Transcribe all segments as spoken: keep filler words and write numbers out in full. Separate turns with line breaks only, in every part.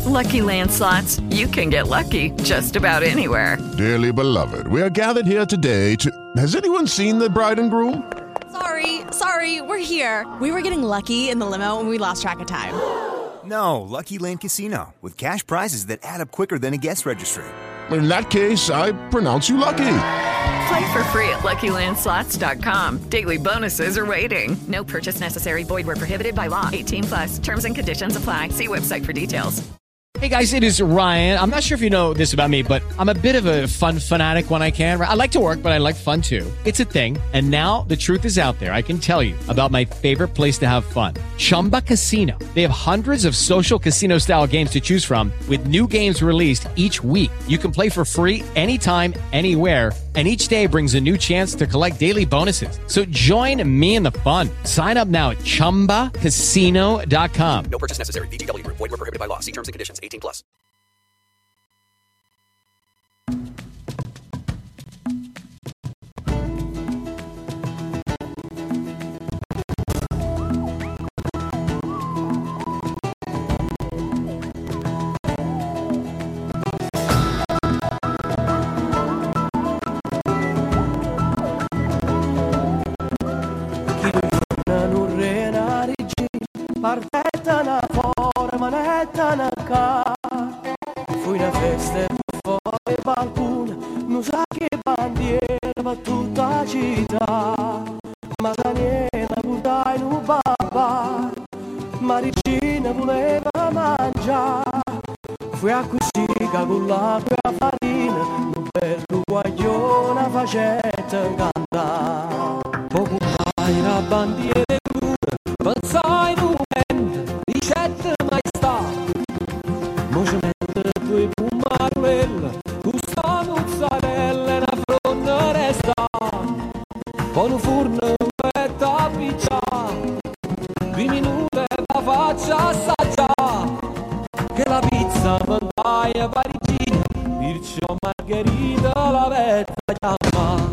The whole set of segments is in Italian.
Lucky Land Slots, you can get lucky just about anywhere.
Dearly beloved, we are gathered here today to... Has anyone seen the bride and groom?
Sorry, sorry, we're here. We were getting lucky in the limo and we lost track of time.
No, Lucky Land Casino, with cash prizes that add up quicker than a guest registry.
In that case, I pronounce you lucky.
Play for free at Lucky Land Slots dot com. Daily bonuses are waiting. No purchase necessary. Void where prohibited by law. eighteen plus. Terms and conditions apply. See website for details.
Hey guys, it is Ryan. I'm not sure if you know this about me, but I'm a bit of a fun fanatic when I can. I like to work, but I like fun too. It's a thing. And now the truth is out there. I can tell you about my favorite place to have fun. Chumba Casino. They have hundreds of social casino style games to choose from with new games released each week. You can play for free anytime, anywhere. And each day brings a new chance to collect daily bonuses. So join me in the fun. Sign up now at chumba casino dot com.
No purchase necessary. V G W. Void where prohibited by law. See terms and conditions. eighteen plus.
Partetta una fora, manetta una car. Fu una festa e fuori qualcuno, non sa che bandiera per tutta la città. Ma Daniela portai in un babà, Maricina voleva mangiare. Fui a cucina con l'acqua e la farina, un bel guaglione facetta cantare. Poco mai la bandiera pensai in un momento, ricette maestà, mocemento due pumarella, gusta mozzarella e una fronna resta, poi un forno e tappiccia, due minuti e la faccia assaggiare, che la pizza mandai a Parigina, perciò Margherita la vetta chiama.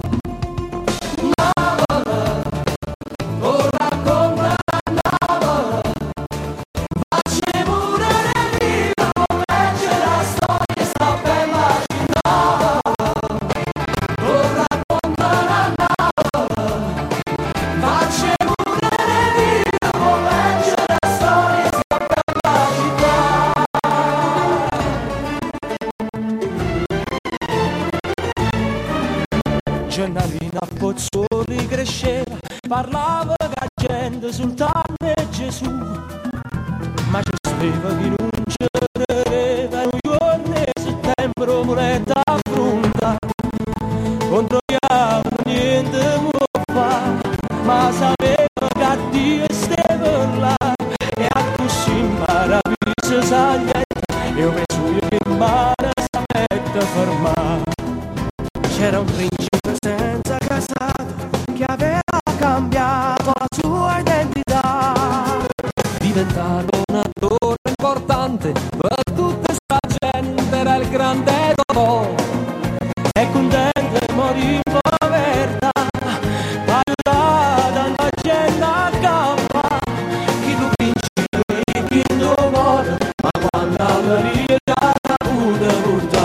Gennarina a Pozzuoli cresceva, parlava che la gente sultano e Gesù, ma ci stava chi non ci credeva, un giorno di settembre moneta affronta, controllava niente può fare, ma sapeva che Dio stava là, e a così maraviglia saglia, io penso io che mare si mette a fermare. C'era un principe senza casato che aveva cambiato la sua identità, diventato un attore importante per tutta sta gente, era il grande Totò, e contento e morì in povertà, aiutata la gente a campa, chi tu principe e chi tu muore, ma quando avria già avuto portare.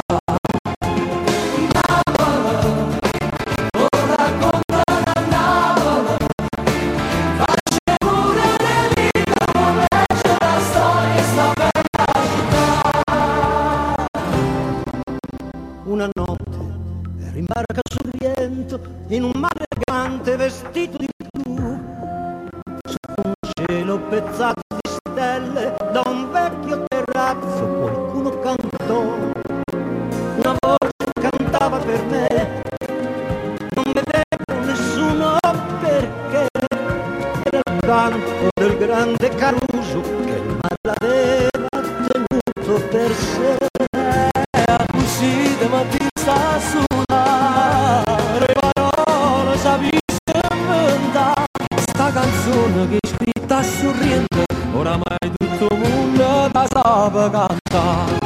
Una notte ero in barca sul Riento, in un mare elegante vestito di blu, sotto un cielo pezzato di stelle, da un vecchio terrazzo qualcuno cantò, una voce cantava per me, non vedevo nessuno perché, era il canto del grande Caruso che il mare l'aveva tenuto per sé. Così da mattina sulla le parole sapesse inventare sta canzone che è scritta sorriente, oramai tutto il mondo la sa cantare.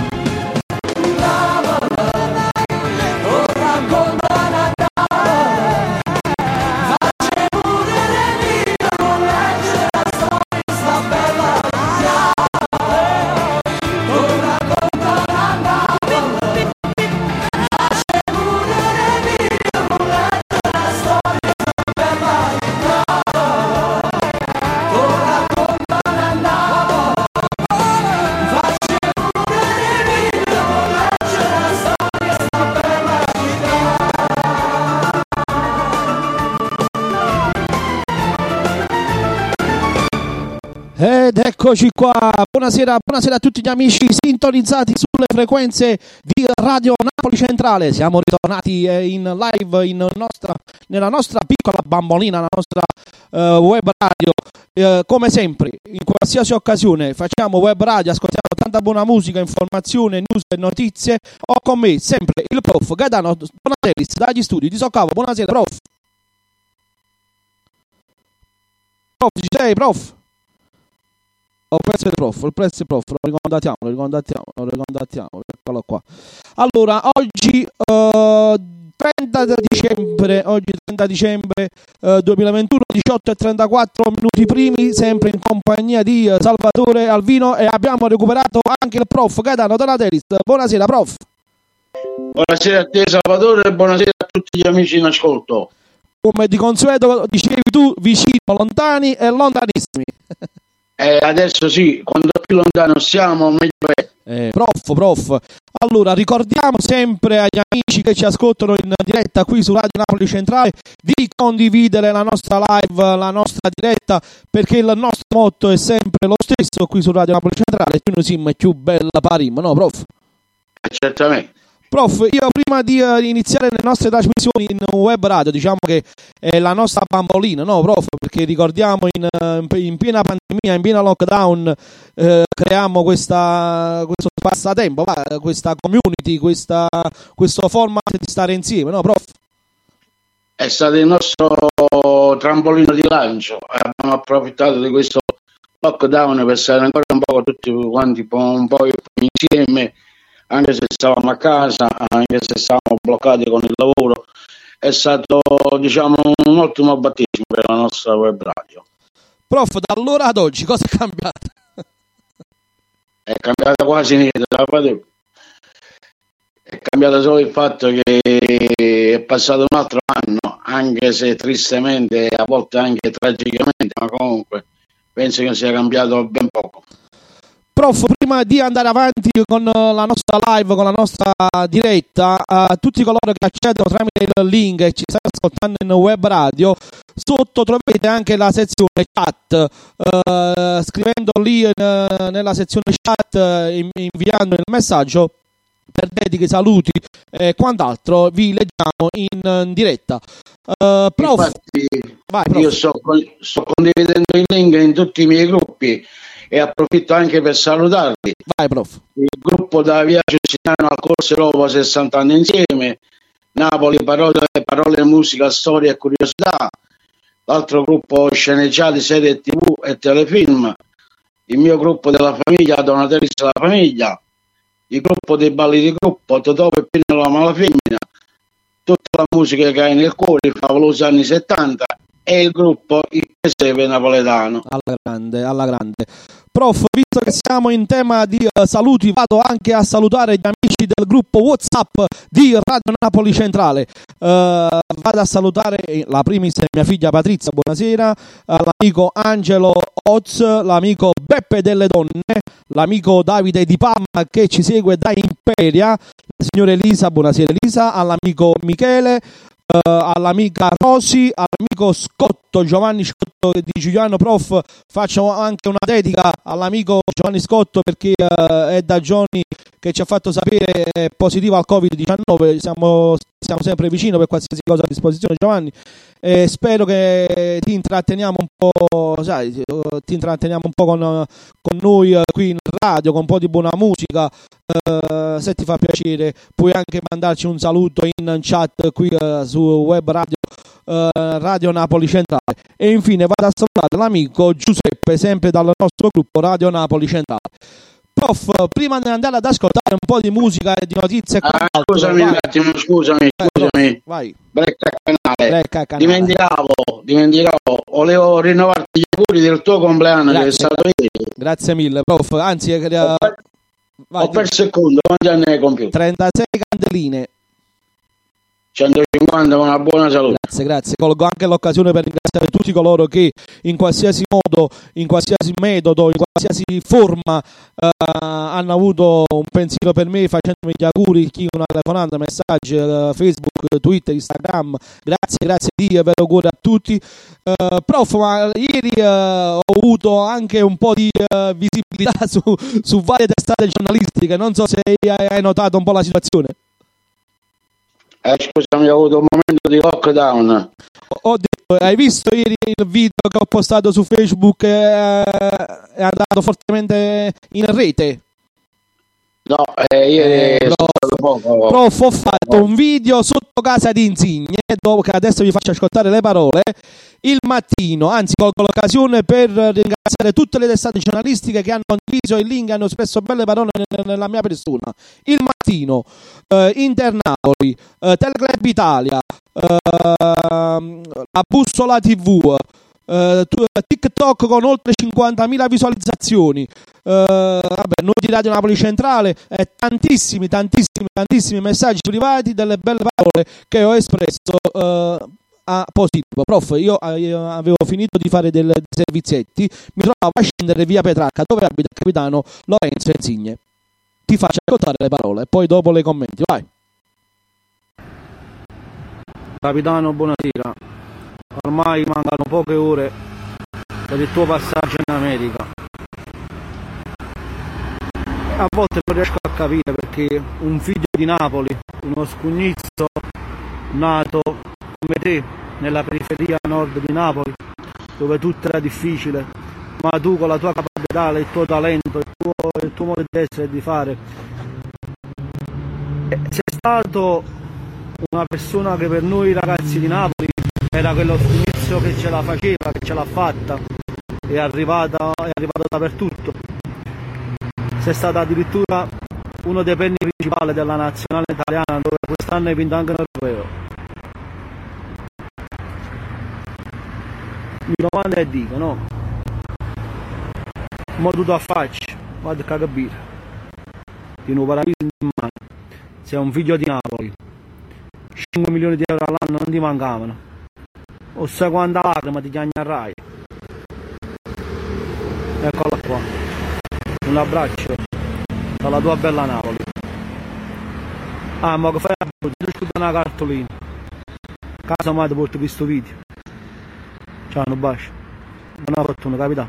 Ed eccoci qua, buonasera, buonasera a tutti gli amici sintonizzati sulle frequenze di Radio Napoli Centrale. Siamo ritornati in live in nostra, nella nostra piccola bambolina, la nostra uh, web radio. Uh, come sempre, in qualsiasi occasione facciamo web radio, ascoltiamo tanta buona musica, informazione, news e notizie. Ho con me sempre il prof Gaetano Donatellis dagli studi di Soccavo. Buonasera prof. Prof, ci sei prof? Ho preso il prof, il prezzo prof, lo ricondatiamo, lo ricondatiamo, lo ricondatiamo, eccolo qua. Allora, oggi uh, trenta dicembre, oggi trenta dicembre uh, duemilaventuno, diciotto e trentaquattro minuti primi, sempre in compagnia di uh, Salvatore Alvino, e abbiamo recuperato anche il prof Gaetano Donatellis. Buonasera prof.
Buonasera a te Salvatore e buonasera a tutti gli amici in ascolto.
Come di consueto dicevi tu, vicino, lontani e lontanissimi.
Eh, adesso sì, quanto più lontano siamo, meglio è.
Eh, prof, prof. Allora, ricordiamo sempre agli amici che ci ascoltano in diretta qui su Radio Napoli Centrale di condividere la nostra live, la nostra diretta, perché il nostro motto è sempre lo stesso qui su Radio Napoli Centrale: tu non sei più bella parim, no prof?
Eh, certamente.
Prof, io prima di uh, iniziare le nostre trasmissioni in web radio, diciamo che è la nostra bambolina, no prof? Perché ricordiamo in, uh, in piena pandemia, in piena lockdown, uh, creiamo questa, questo passatempo, va, questa community, questa, questo format di stare insieme, no prof?
È stato il nostro trampolino di lancio, abbiamo approfittato di questo lockdown per stare ancora un po' tutti quanti un po' insieme. Anche se stavamo a casa, anche se stavamo bloccati con il lavoro, è stato, diciamo, un ottimo battesimo per la nostra web radio.
Prof, da allora ad oggi cosa è cambiato?
È cambiato quasi niente, è cambiato solo il fatto che è passato un altro anno, anche se tristemente, a volte anche tragicamente, ma comunque penso che sia cambiato ben poco.
Prof, prima di andare avanti con la nostra live, con la nostra diretta, a tutti coloro che accedono tramite il link e ci stanno ascoltando in web radio, sotto trovate anche la sezione chat, uh, scrivendo lì in, nella sezione chat, uh, inviando il messaggio per dediche, saluti e quant'altro, vi leggiamo in, in diretta. Uh, prof,
Infatti,
vai, prof.
Io sto, sto condividendo il link in tutti i miei gruppi e approfitto anche per salutarli.
Vai prof.
Il gruppo da Via Giustiniano al Corso Europa sessanta anni insieme, Napoli, parole, parole, musica, storia e curiosità, l'altro gruppo sceneggiati, serie tv e telefilm, il mio gruppo della famiglia, Donatellis della famiglia, il gruppo dei balli di gruppo, Totò, Peppino la Malafemmina, tutta la musica che hai nel cuore, i favolosi anni settanta, e il gruppo Il Presepe Napoletano.
Alla grande, alla grande. Prof, visto che siamo in tema di uh, saluti, vado anche a salutare gli amici del gruppo WhatsApp di Radio Napoli Centrale. Uh, vado a salutare la primis mia figlia Patrizia, buonasera, uh, l'amico Angelo Oz, l'amico Beppe delle Donne, l'amico Davide Di Palma che ci segue da Imperia, la signora Elisa, buonasera Elisa, all'amico Michele, Uh, all'amica Rosi, all'amico Scotto, Giovanni Scotto di Giuliano. Prof, faccio anche una dedica all'amico Giovanni Scotto perché uh, è da giorni che ci ha fatto sapere è positivo al covid diciannove. Siamo, siamo sempre vicino per qualsiasi cosa a disposizione Giovanni, e spero che ti intratteniamo un po', sai, ti intratteniamo un po' con, con noi uh, qui in radio con un po' di buona musica. Uh, se ti fa piacere puoi anche mandarci un saluto in chat qui uh, su web radio, uh, Radio Napoli Centrale. E infine vado a salutare l'amico Giuseppe, sempre dal nostro gruppo Radio Napoli Centrale. Prof, prima di andare ad ascoltare un po' di musica e di notizie,
ah, scusami vai. un attimo, scusami, scusami.
Vai.
Brecca canale.
Brecca canale.
Dimenticavo, dimenticavo, volevo rinnovarti gli auguri del tuo compleanno. Grazie. Che è stato ieri.
Grazie mille, prof. Anzi, uh,
vai, ho perso il conto, quanti anni hai compiuto?
trentasei candeline.
centocinquanta con una buona salute.
Grazie, grazie. Colgo anche l'occasione per ringraziare tutti coloro che in qualsiasi modo, in qualsiasi metodo, in qualsiasi forma eh, hanno avuto un pensiero per me, facendomi gli auguri, chi una telefonata, messaggi, eh, Facebook, Twitter, Instagram. Grazie, grazie di vero auguri a tutti. Eh, prof, ma ieri eh, ho avuto anche un po' di eh, visibilità su, su varie testate giornalistiche, non so se hai, hai notato un po' la situazione.
Eh, scusami, ho avuto un momento di lockdown.
Ho detto, hai visto ieri il video che ho postato su Facebook? Eh, è andato fortemente in rete.
No, eh, ieri
eh,
prof, poco.
prof, ho fatto un video sotto casa di Insigne, dopo che adesso vi faccio ascoltare le parole, il mattino, anzi colgo l'occasione per ringraziare tutte le testate giornalistiche che hanno condiviso il link, hanno espresso belle parole nella mia persona. Il mattino, eh, Internapoli, eh, Teleclub Italia, eh, la Bussola tivù, Uh, TikTok con oltre cinquantamila visualizzazioni, uh, vabbè, noi di Radio Napoli Centrale, eh, tantissimi, tantissimi, tantissimi messaggi privati, delle belle parole che ho espresso uh, a positivo. Prof, io, io avevo finito di fare dei servizietti, mi trovavo a scendere via Petrarca, dove abita il capitano Lorenzo Insigne. Ti faccio ascoltare le parole e poi dopo le commenti, vai.
Capitano, buonasera. Ormai mancano poche ore per il tuo passaggio in America. A volte non riesco a capire perché un figlio di Napoli, uno scugnizzo nato come te nella periferia nord di Napoli, dove tutto era difficile, ma tu con la tua capacità, il tuo talento, il tuo, il tuo modo di essere e di fare, sei stato una persona che per noi ragazzi di Napoli era quello scugnizzo che ce la faceva, che ce l'ha fatta, è arrivata, è arrivato dappertutto. Sei stato addirittura uno dei premi principali della nazionale italiana, dove quest'anno hai vinto anche l'Europeo. Mi domando e dico, no? Ma tu a faccia, vado a capire. Di nuovo paradiso in mano. Sei un figlio di Napoli. cinque milioni di euro all'anno non ti mancavano. O sai quanta lacrima ti chiagnerai. Eccola qua. Un abbraccio dalla tua bella Napoli. Ah, ma che fai a buio? Ti scusa una cartolina. Casa mai ti porto questo video. Ciao, un bacio. Buona fortuna, capitano.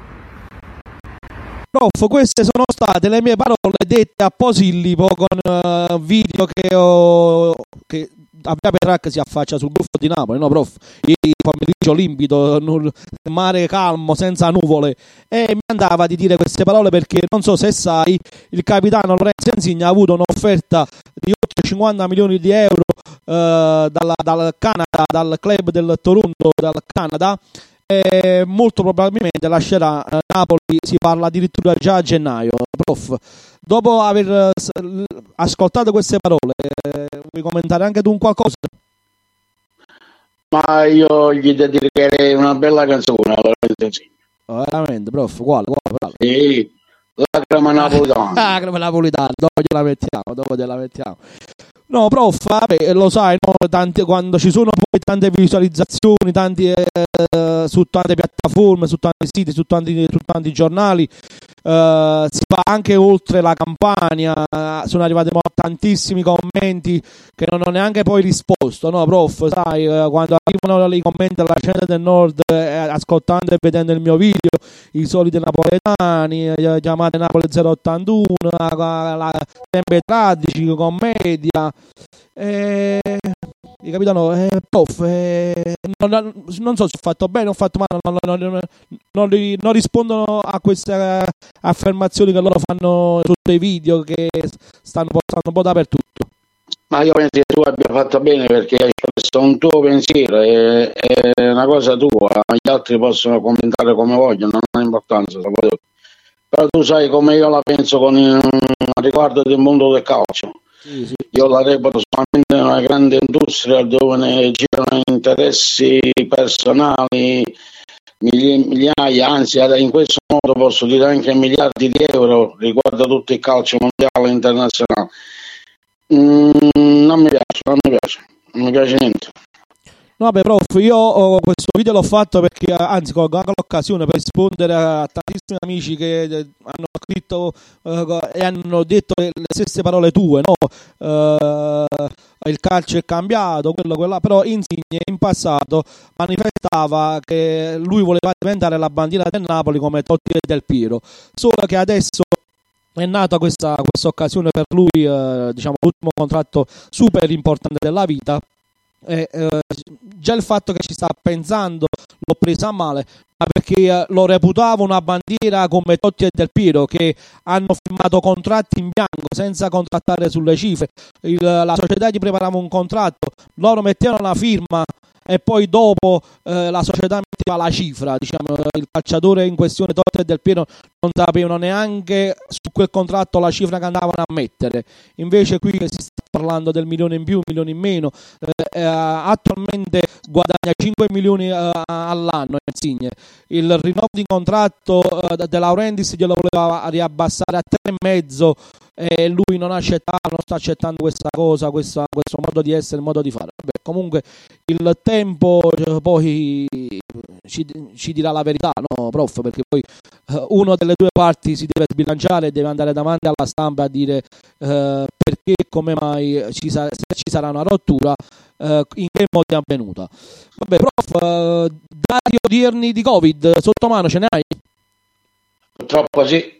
Prof, queste sono state le mie parole dette a Posillipo con uh, video che ho... Che a Via Petrarca si affaccia sul Golfo di Napoli, no prof? Ieri pomeriggio limpido, mare calmo, senza nuvole, e mi andava di dire queste parole perché non so se sai, il capitano Lorenzo Insigne ha avuto un'offerta di oltre cinquanta milioni di euro eh, dalla, dal Canada, dal club del Toronto, dal Canada, e molto probabilmente lascerà eh, Napoli, si parla addirittura già a gennaio. Prof, dopo aver eh, ascoltato queste parole, eh, vuoi commentare anche tu un qualcosa?
Ma io gli dedicherei una bella canzone a Lorenzo Insigne.
Oh, veramente, prof, quale? quale, quale?
Sì, Lacrima Napolitana.
Lacrima Napolitana, dopo gliela mettiamo, dopo gliela mettiamo. No, prof, vabbè, lo sai, no, tanti, quando ci sono poi tante visualizzazioni, tanti, eh, su tante piattaforme, su tanti siti, su tanti, su tanti giornali, eh, si va anche oltre la campagna, sono arrivati tantissimi commenti che non ho neanche poi risposto, no, prof, sai, eh, quando arrivano i commenti alla Scena del Nord, eh, ascoltando e vedendo il mio video, i soliti napoletani, eh, chiamate Napoli zero ottantuno, la, la, sempre tragici, commedia. Eh, capitano, eh, prof, eh, non, non so se ho fatto bene o ho fatto male, non, non, non, non, non rispondono a queste uh, affermazioni che loro fanno su dei video che stanno portando un po' dappertutto.
Ma io penso che tu abbia fatto bene perché hai espresso un tuo pensiero, è, è una cosa tua, gli altri possono commentare come vogliono, non ha importanza, però tu sai come io la penso con il, riguardo del mondo del calcio.
Sì, sì.
Io la reputo solamente una grande industria dove ne girano interessi personali, migliaia, anzi in questo modo posso dire anche miliardi di euro riguardo tutto il calcio mondiale e internazionale. Mm, non mi piace, non mi piace. non mi piace niente.
No, vabbè, prof, io oh, questo video l'ho fatto perché, anzi, colgo anche l'occasione per rispondere a tantissimi amici che eh, hanno scritto eh, e hanno detto le, le stesse parole tue, no? Eh, il calcio è cambiato, quello, quello, però Insigne in passato manifestava che lui voleva diventare la bandiera del Napoli come Totti e Del Piero, solo che adesso è nata questa, questa occasione per lui, eh, diciamo, l'ultimo contratto super importante della vita. Eh, eh, già il fatto che ci sta pensando l'ho presa male, ma perché eh, lo reputavo una bandiera come Totti e Del Piero, che hanno firmato contratti in bianco senza contrattare sulle cifre. Il, la società gli preparava un contratto, loro mettevano la firma e poi dopo eh, la società metteva la cifra, diciamo, il calciatore in questione Totti e Del Piero non sapevano neanche su quel contratto la cifra che andavano a mettere. Invece qui si sta parlando del milione in più, milione in meno, eh, eh, attualmente guadagna cinque milioni eh, all'anno Insigne. Il rinnovo di contratto eh, De Laurentiis glielo voleva riabbassare a tre e mezzo e lui non accettava, non sta accettando questa cosa, questa, questo modo di essere, modo di fare. Vabbè, comunque il tempo cioè, poi ci, ci dirà la verità, no, prof? Perché poi uh, uno delle due parti si deve sbilanciare e deve andare davanti alla stampa a dire uh, perché e come mai ci sa- se ci sarà una rottura, uh, in che modo è avvenuta. Vabbè, prof, uh, dati odierni di Covid sotto mano ce ne hai?
Purtroppo sì.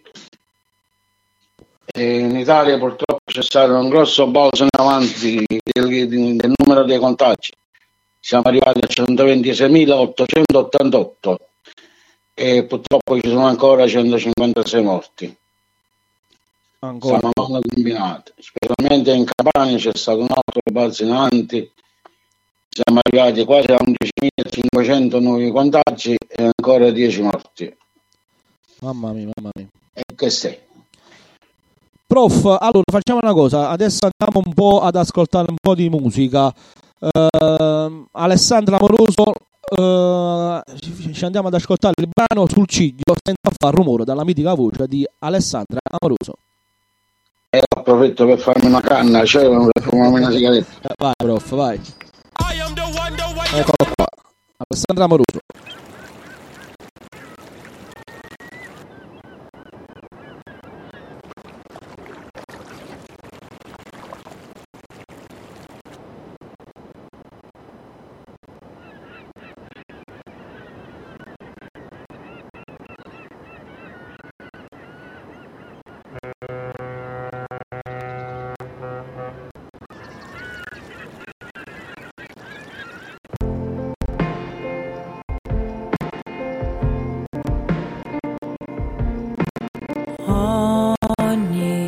E in Italia purtroppo c'è stato un grosso balzo in avanti del, del numero dei contagi. Siamo arrivati a centoventiseimilaottocentottantotto e purtroppo ci sono ancora centocinquantasei morti.
Ancora.
Siamo male combinati, specialmente in Campania c'è stato un altro balzo in avanti. Siamo arrivati quasi a undicimilacinquecento nuovi contagi e ancora dieci morti.
Mamma mia, mamma mia.
E che sei?
Prof, allora facciamo una cosa, adesso andiamo un po' ad ascoltare un po' di musica. Uh, Alessandra Amoroso, uh, ci andiamo ad ascoltare il brano Sul ciglio senza far rumore, dalla mitica voce di Alessandra Amoroso.
E approfitto per farmi una canna, cioè per fumarmi una sigaretta.
Eh, vai prof, vai. Eccolo qua, Alessandra Amoroso.
Ogni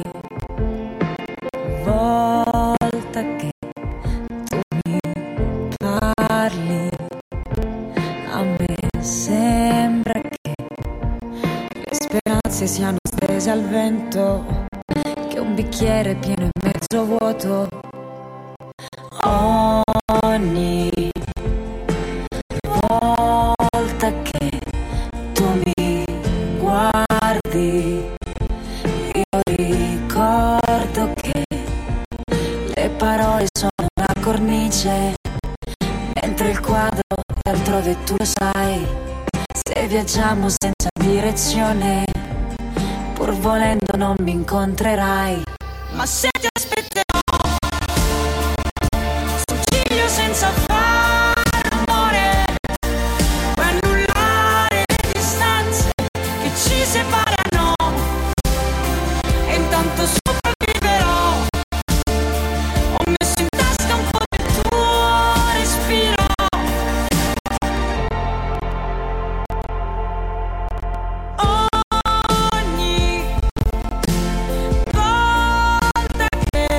volta che tu mi parli, a me sembra che le speranze siano stese al vento, che un bicchiere pieno e mezzo vuoto. Ogni volta che tu mi guardi, io ricordo che le parole sono una cornice, mentre il quadro è altrove, tu lo sai. Se viaggiamo senza direzione, pur volendo non mi incontrerai. Ma se ti aspetterò sul ciglio senza far rumore, puoi annullare le distanze che ci separano, e intanto sopravviverò. Ho messo in tasca un po' del tuo respiro. Ogni volta che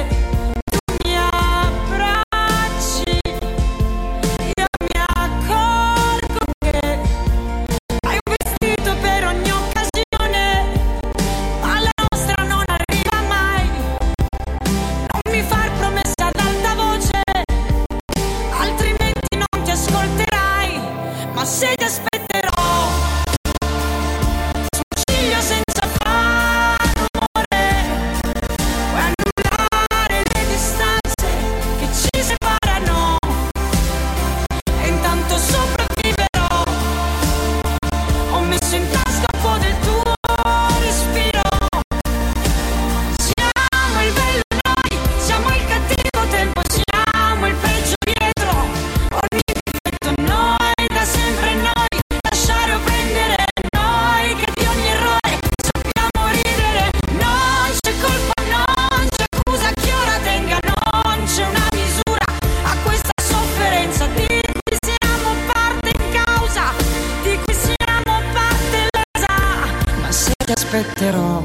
aspetterò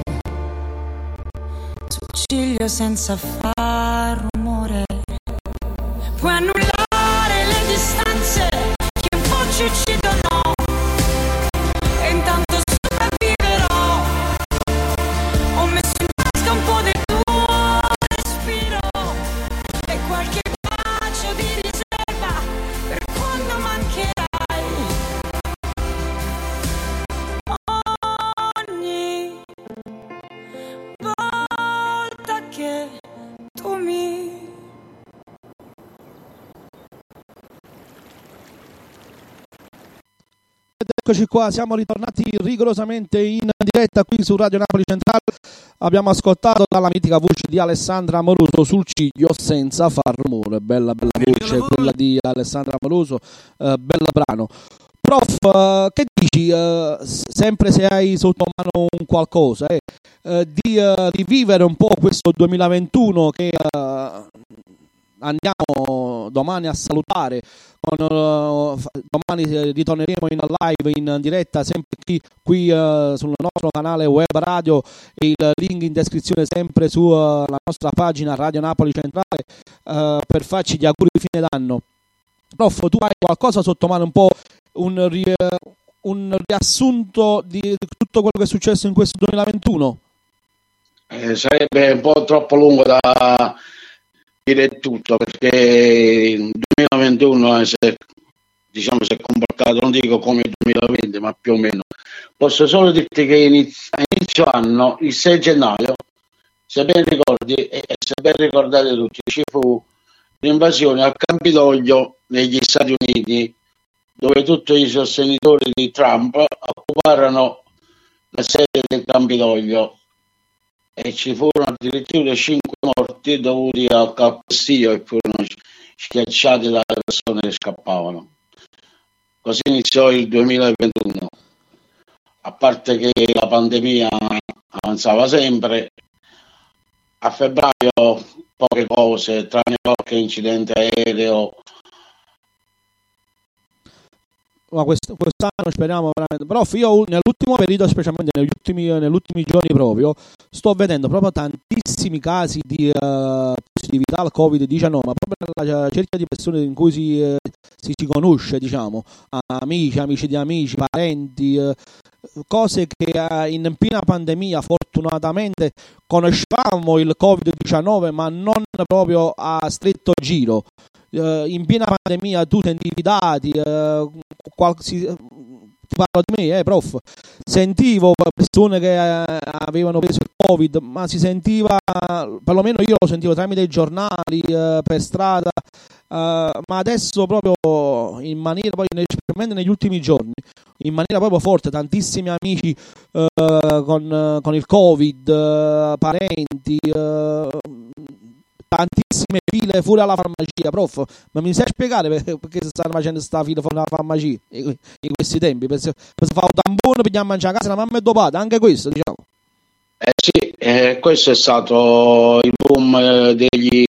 sul ciglio senza far rumore. Puoi annullare le distanze che un po' ci uccidono, e intanto sopravviverò. Ho messo in tasca un po' del tuo respiro e qualche bacio di riserva per quando mancherai. Ogni volta che tu mi
Eccoci qua, siamo ritornati rigorosamente in diretta qui su Radio Napoli Centrale. Abbiamo ascoltato dalla mitica voce di Alessandra Amoroso Sul ciglio senza far rumore. Bella bella voce quella di Alessandra Amoroso, eh, bel brano. Prof, eh, che dici, eh, sempre se hai sotto mano un qualcosa, eh, eh, di eh, rivivere un po' questo duemilaventuno che eh, andiamo domani a salutare. Con, uh, domani ritorneremo in live, in diretta, sempre qui, qui uh, sul nostro canale web radio, il link in descrizione sempre sulla uh, nostra pagina Radio Napoli Centrale, uh, per farci gli auguri di fine d'anno. Prof, tu hai qualcosa sotto mano, un po' un, ri- un riassunto di tutto quello che è successo in questo duemilaventuno?
Eh, sarebbe un po' troppo lungo da dire tutto, perché il duemilaventuno si è, diciamo, si è comportato, non dico come il duemilaventi, ma più o meno. Posso solo dirti che inizio, a inizio anno, il sei gennaio, se ben ricordi e se ben ricordate tutti, ci fu l'invasione al Campidoglio negli Stati Uniti, dove tutti i sostenitori di Trump occuparono la sede del Campidoglio e ci furono addirittura cinque morti dovuti al calpestio e furono schiacciati dalle persone che scappavano. Così iniziò il duemilaventuno. A parte che la pandemia avanzava sempre, a febbraio poche cose, tranne qualche incidente aereo.
Ma quest- quest'anno speriamo veramente. Prof, io nell'ultimo periodo, specialmente negli ultimi, negli ultimi giorni proprio, sto vedendo proprio tantissimi casi di uh, positività al covid diciannove, ma proprio nella cerchia di persone in cui si, uh, si, si conosce, diciamo, amici, amici di amici, parenti, uh, cose che uh, in piena pandemia fortunatamente conoscevamo il covid diciannove, ma non proprio a stretto giro. Uh, in piena pandemia tu sentivi dati, uh, qual- si, ti parlo di me, eh, prof, sentivo persone che uh, avevano preso il covid, ma si sentiva, perlomeno io lo sentivo tramite i giornali, uh, per strada, uh, ma adesso proprio in maniera, poi specialmente negli ultimi giorni, in maniera proprio forte, tantissimi amici uh, con, con il covid, uh, parenti, uh, tantissime file fuori alla farmacia. Prof, ma mi sai spiegare perché, perché si stanno facendo sta fila fuori alla farmacia in, in questi tempi? Per se, per se fa un tampone per mangiare a casa la mamma è dopata, anche questo, diciamo.
Eh sì, eh, questo è stato il boom eh, degli,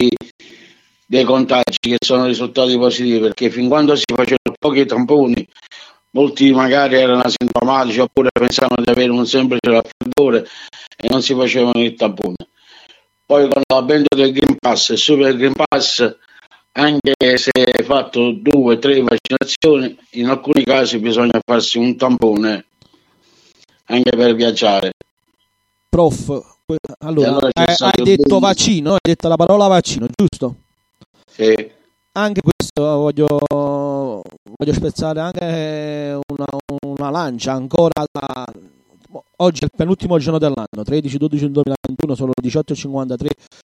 dei contagi che sono risultati positivi, perché fin quando si facevano pochi tamponi, molti magari erano asintomatici oppure pensavano di avere un semplice raffreddore e non si facevano il tampone. Poi con l'avvento del Green Pass e Super Green Pass, anche se hai fatto due o tre vaccinazioni, in alcuni casi bisogna farsi un tampone anche per viaggiare.
Prof, allora,
allora
hai, hai detto boom. Vaccino, hai detto la parola vaccino, giusto?
Sì.
Anche questo voglio, voglio spezzare anche una, una lancia ancora da... Oggi è il penultimo giorno dell'anno, tredici dodici duemilaventuno, sono le diciotto e cinquantatré.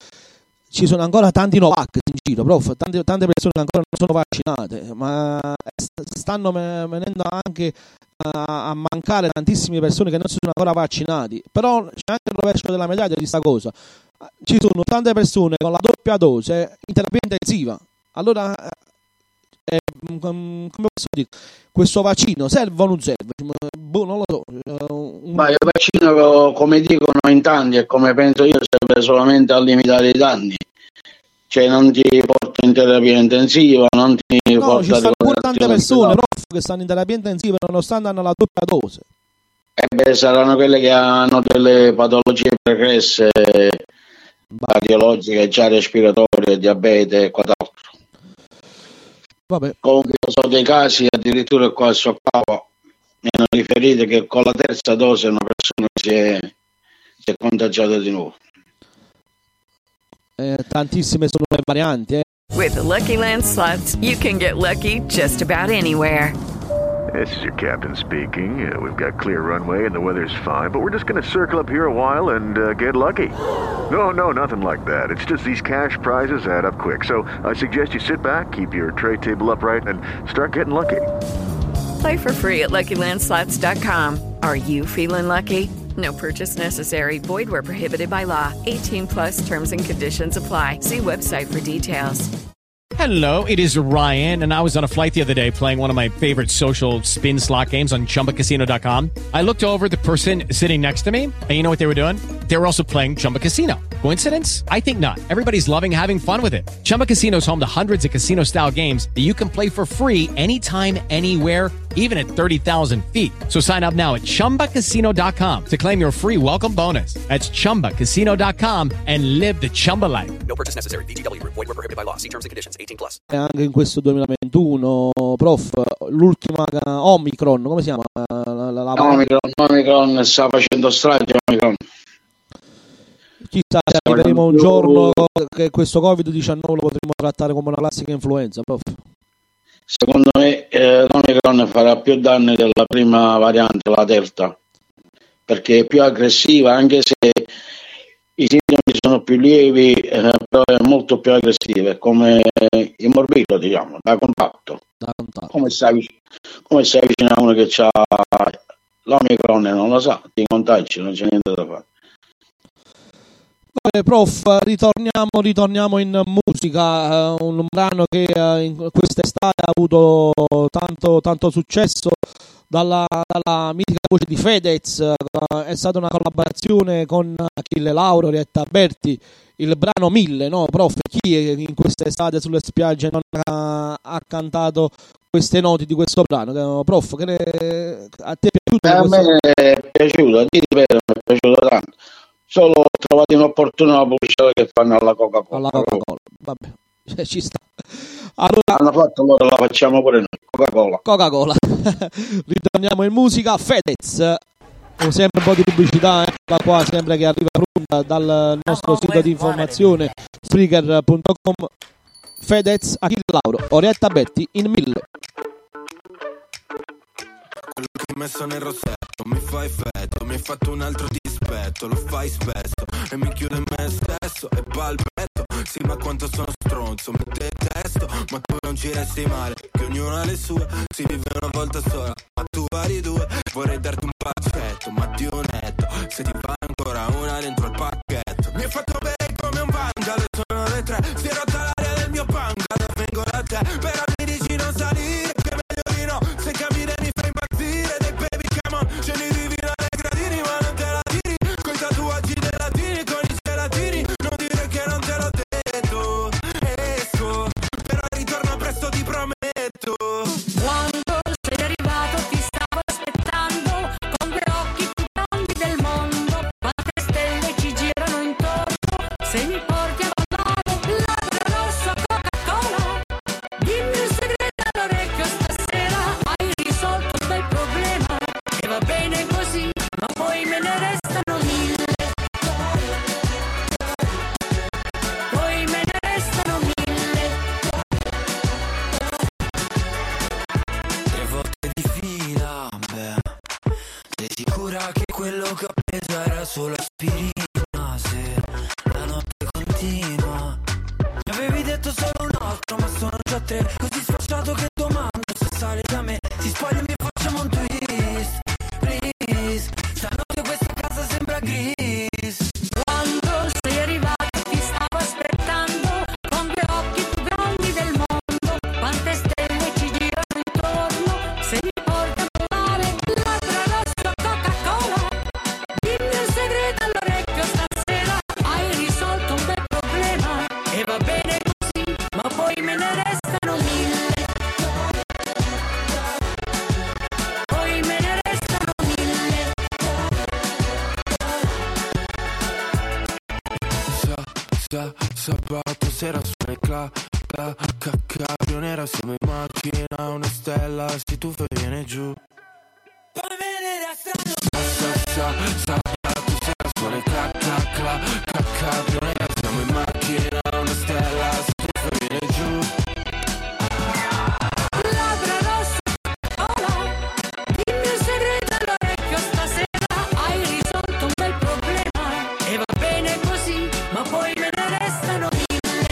Ci sono ancora tanti Novax in giro, prof, tante, tante persone che ancora non sono vaccinate, ma stanno venendo anche a, a mancare tantissime persone che non si sono ancora vaccinati. Però c'è anche il rovescio della medaglia di questa cosa. Ci sono tante persone con la doppia dose in terapia intensiva. Allora, eh, come posso dire, questo vaccino serve o non serve? Boh, non lo so. Un...
Ma il vaccino, come dicono in tanti e come penso io, serve solamente a limitare i danni. Cioè non ti porta in terapia intensiva, non ti
no,
porta...
ci stanno pure tante persone, prof, che stanno in terapia intensiva nonostante hanno la doppia dose.
Eh beh, saranno quelle che hanno delle patologie pregresse, cardiologiche, già respiratorie, diabete e quant'altro.
Vabbè.
Comunque io so dei casi, addirittura qua a Soccavo mi hanno riferito che con la terza dose una persona si è, si è contagiata di nuovo.
Eh, tantissime sono le varianti, eh.
With the Lucky Land Slots, you can get lucky just about anywhere.
This is your captain speaking. Uh, we've got clear runway and the weather's fine, but we're just going to circle up here a while and uh, get lucky. No, no, nothing like that. It's just these cash prizes add up quick. So I suggest you sit back, keep your tray table upright, and start getting lucky.
Play for free at Lucky Land Slots dot com. Are you feeling lucky? No purchase necessary. Void where prohibited by law. eighteen plus terms and conditions apply. See website for details.
Hello, it is Ryan, and I was on a flight the other day playing one of my favorite social spin slot games on Chumba Casino dot com. I looked over at the person sitting next to me, and you know what they were doing? They were also playing Chumba Casino. Coincidence? I think not. Everybody's loving having fun with it. Chumba Casino is home to hundreds of casino-style games that you can play for free anytime, anywhere, even at thirty thousand feet. So sign up now at Chumba Casino dot com to claim your free welcome bonus. That's Chumba Casino dot com and live the Chumba life.
No purchase necessary. V G W. Void where prohibited by law. See terms and conditions. eighteen plus.
Anche in questo duemilaventuno, prof, l'ultima Omicron, come si chiama? La, la, la...
Omicron, Omicron sta facendo strage, Omicron.
Chissà se arriveremo un giorno che questo covid diciannove lo potremo trattare come una classica influenza, prof.
Secondo me eh, l'Omicron farà più danni della prima variante, la Delta, perché è più aggressiva, anche se i sintomi sono più lievi, eh, però è molto più aggressiva, è come il morbillo, diciamo, da contatto.
Da contatto.
Come stai, come stai vicino a uno che ha l'Omicron e non lo sa, ti contagi, non c'è niente da fare.
Vabbè, prof, ritorniamo, ritorniamo in musica, uh, un brano che uh, in quest'estate ha avuto tanto, tanto successo dalla, dalla mitica voce di Fedez, uh, è stata una collaborazione con Achille Lauro, Orietta Berti, il brano Mille, no prof? Chi in quest'estate sulle spiagge non ha, ha cantato queste noti di questo brano? Prof, che ne, a te è piaciuto?
Eh, a me è piaciuto, a te mi è piaciuto tanto. Solo ho trovato inopportuna la pubblicità che fanno alla Coca-Cola.
Alla Coca-Cola, vabbè, ci sta. Allora,
hanno fatto loro, la facciamo pure noi, Coca-Cola.
Coca-Cola. Ritorniamo in musica, Fedez. Sempre un po' di pubblicità, eh. qua sembra che arriva pronta dal nostro sito di informazione Spreaker punto com. Fedez, Achille Lauro, Orietta Berti in Mille.
Quello che ho messo nel rossetto mi fa effetto, mi hai fatto un altro dispetto, lo fai spesso e mi chiude in me stesso e balbetto. Sì, ma quanto sono stronzo, mi detesto, ma tu non ci resti male, che ognuno ha le sue, si vive una volta sola, ma tu vari due. Vorrei darti un pacchetto, ma di onesto, se ti va ancora una dentro il pacchetto. Mi hai fatto bere come un vandalo, sono le tre, si è rotta l'aria del mio bungalow, vengo da te, però mi dici non salire, che meglio di no, se cammini mi fai impazzire. Dei baby come on, ce li divino nei gradini, ma non te la tiri, coi tatuaggi dei latini, con i gelatini, non dire che non te l'ho detto, esco, però ritorno presto ti prometto.
Quando sei arrivato ti stavo aspettando, con due occhi più grandi del mondo, quante stelle ci girano intorno, se mi porti a ballare, labbra rosso, Coca-Cola, dimmi un segreto all'orecchio stasera, hai risolto un bel problema, e va bene così, ma poi me ne restano mille, poi me ne restano mille.
Tre volte di fila, beh, sei sicura che quello che ho preso era solo aspirina? Se la notte continua, mi avevi detto solo un altro, ma sono già tre, così sfacciato che domando se sale da me, si spoglia e mi facciamo un twist, please, stanotte questa casa sembra gris.
Quando sei arrivato ti stavo aspettando, con due occhi più grandi del mondo, quante stelle ci girano intorno, se mi porti a ballare, labbra rosso, Coca-Cola, dimmi un segreto all'orecchio stasera, hai risolto un bel problema, e va bene così, ma poi me ne restano mille.
Sabato sera suona il cla, cla, ca, cabrio nera, siamo in macchina, una stella si tuffa e viene giù. Poi venere a strano. Sa, sa, sabato sera suona il cla, cla, cla, ca, cabrio nera, siamo in macchina, una stella si tuffa e viene giù.
Labbra rosse, oh no, dimmi un segreto all'orecchio stasera. Hai risolto un bel problema e va bene così, ma poi me ne restano mille.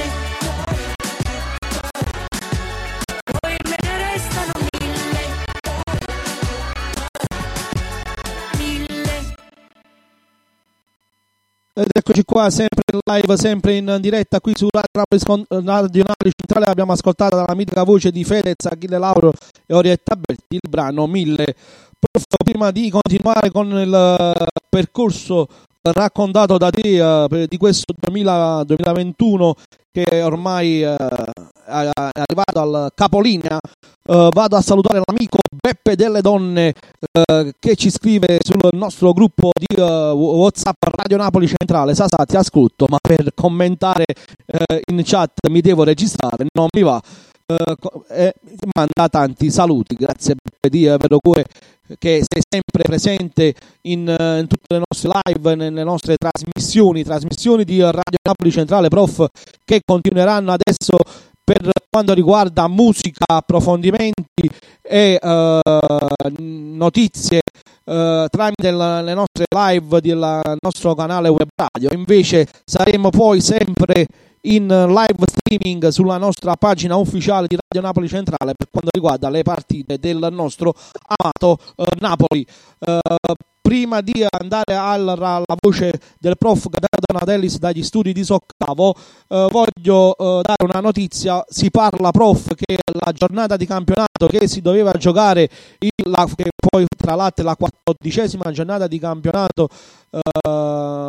Poi me ne restano mille. Mille.
Ed eccoci qua, sempre in live, sempre in diretta qui su Radio Napoli Centrale. Abbiamo ascoltato dalla mitica voce di Fedez, Achille Lauro e Orietta Berti il brano Mille. Prof, prima di continuare con il percorso raccontato da te uh, di questo duemila, duemilaventuno che ormai uh, è arrivato al capolinea, uh, vado a salutare l'amico Beppe delle Donne uh, che ci scrive sul nostro gruppo di uh, WhatsApp Radio Napoli Centrale. Sasà, ti ascolto, ma per commentare uh, in chat mi devo registrare, non mi va. Uh, eh, manda tanti saluti, grazie Beppe di vero cuore, che sei sempre presente in, uh, in tutte le nostre live, nelle nostre trasmissioni, trasmissioni di Radio Napoli Centrale, prof, che continueranno adesso per quanto riguarda musica, approfondimenti e uh, notizie uh, tramite la, le nostre live del nostro canale web radio. Invece saremo poi sempre in live streaming sulla nostra pagina ufficiale di Radio Napoli Centrale per quanto riguarda le partite del nostro amato uh, Napoli. Uh, prima di andare alla, alla voce del prof Gaetano Donatellis dagli studi di Soccavo, uh, voglio uh, dare una notizia. Si parla, prof, che la giornata di campionato che si doveva giocare, il, la, che poi tra l'altro è la quattordicesima giornata di campionato, uh,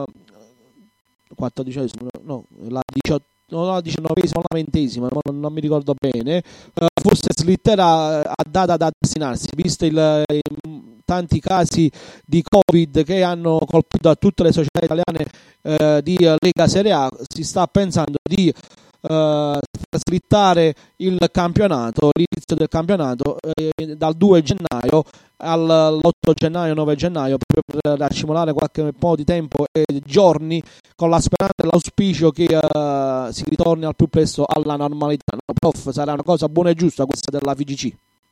quattordicesima, no, la diciotto, no, la diciannovesima o la ventesima, non, non mi ricordo bene, uh, forse slitterà a data da destinarsi, visto il, il, tanti casi di Covid che hanno colpito a tutte le società italiane uh, di Lega Serie A. Si sta pensando di Uh, slittare il campionato, l'inizio del campionato eh, dal due gennaio all'otto gennaio, nove gennaio, proprio per racimolare qualche po' di tempo e giorni, con la speranza e l'auspicio che uh, si ritorni al più presto alla normalità. No, prof, sarà una cosa buona e giusta questa della V G C?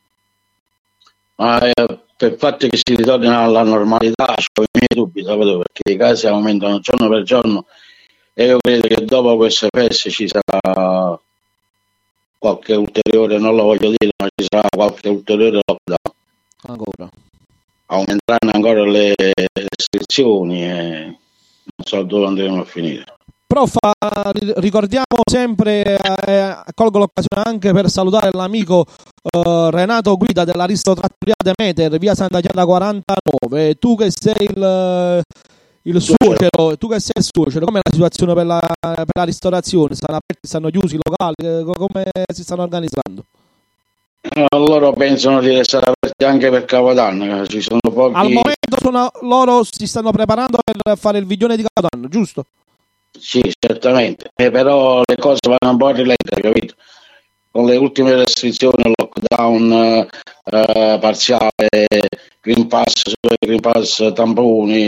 Ma eh, per il fatto che si ritorni alla normalità ho i miei dubbi, perché i casi aumentano giorno per giorno. E io credo che dopo queste feste ci sarà qualche ulteriore, non lo voglio dire, ma ci sarà qualche ulteriore lockdown.
Ancora.
Aumenteranno ancora le restrizioni e non so dove andremo a finire.
Prof, ricordiamo sempre, eh, colgo l'occasione anche per salutare l'amico eh, Renato Guida dell'Aristotrattoria Demeter, via Santa Chiara quarantanove. Tu che sei il... il suocero, tu che sei il suocero, com'è la situazione per la, per la ristorazione? Stanno aperti, stanno chiusi i locali, come si stanno organizzando?
Loro pensano di essere aperti anche per Capodanno, ci sono pochi...
Al momento sono, loro si stanno preparando per fare il viglione di Capodanno, giusto?
Sì, certamente, eh, però le cose vanno un po' rilente, capito? Con le ultime restrizioni, lockdown eh, parziale, Green Pass, Green Pass, tamponi,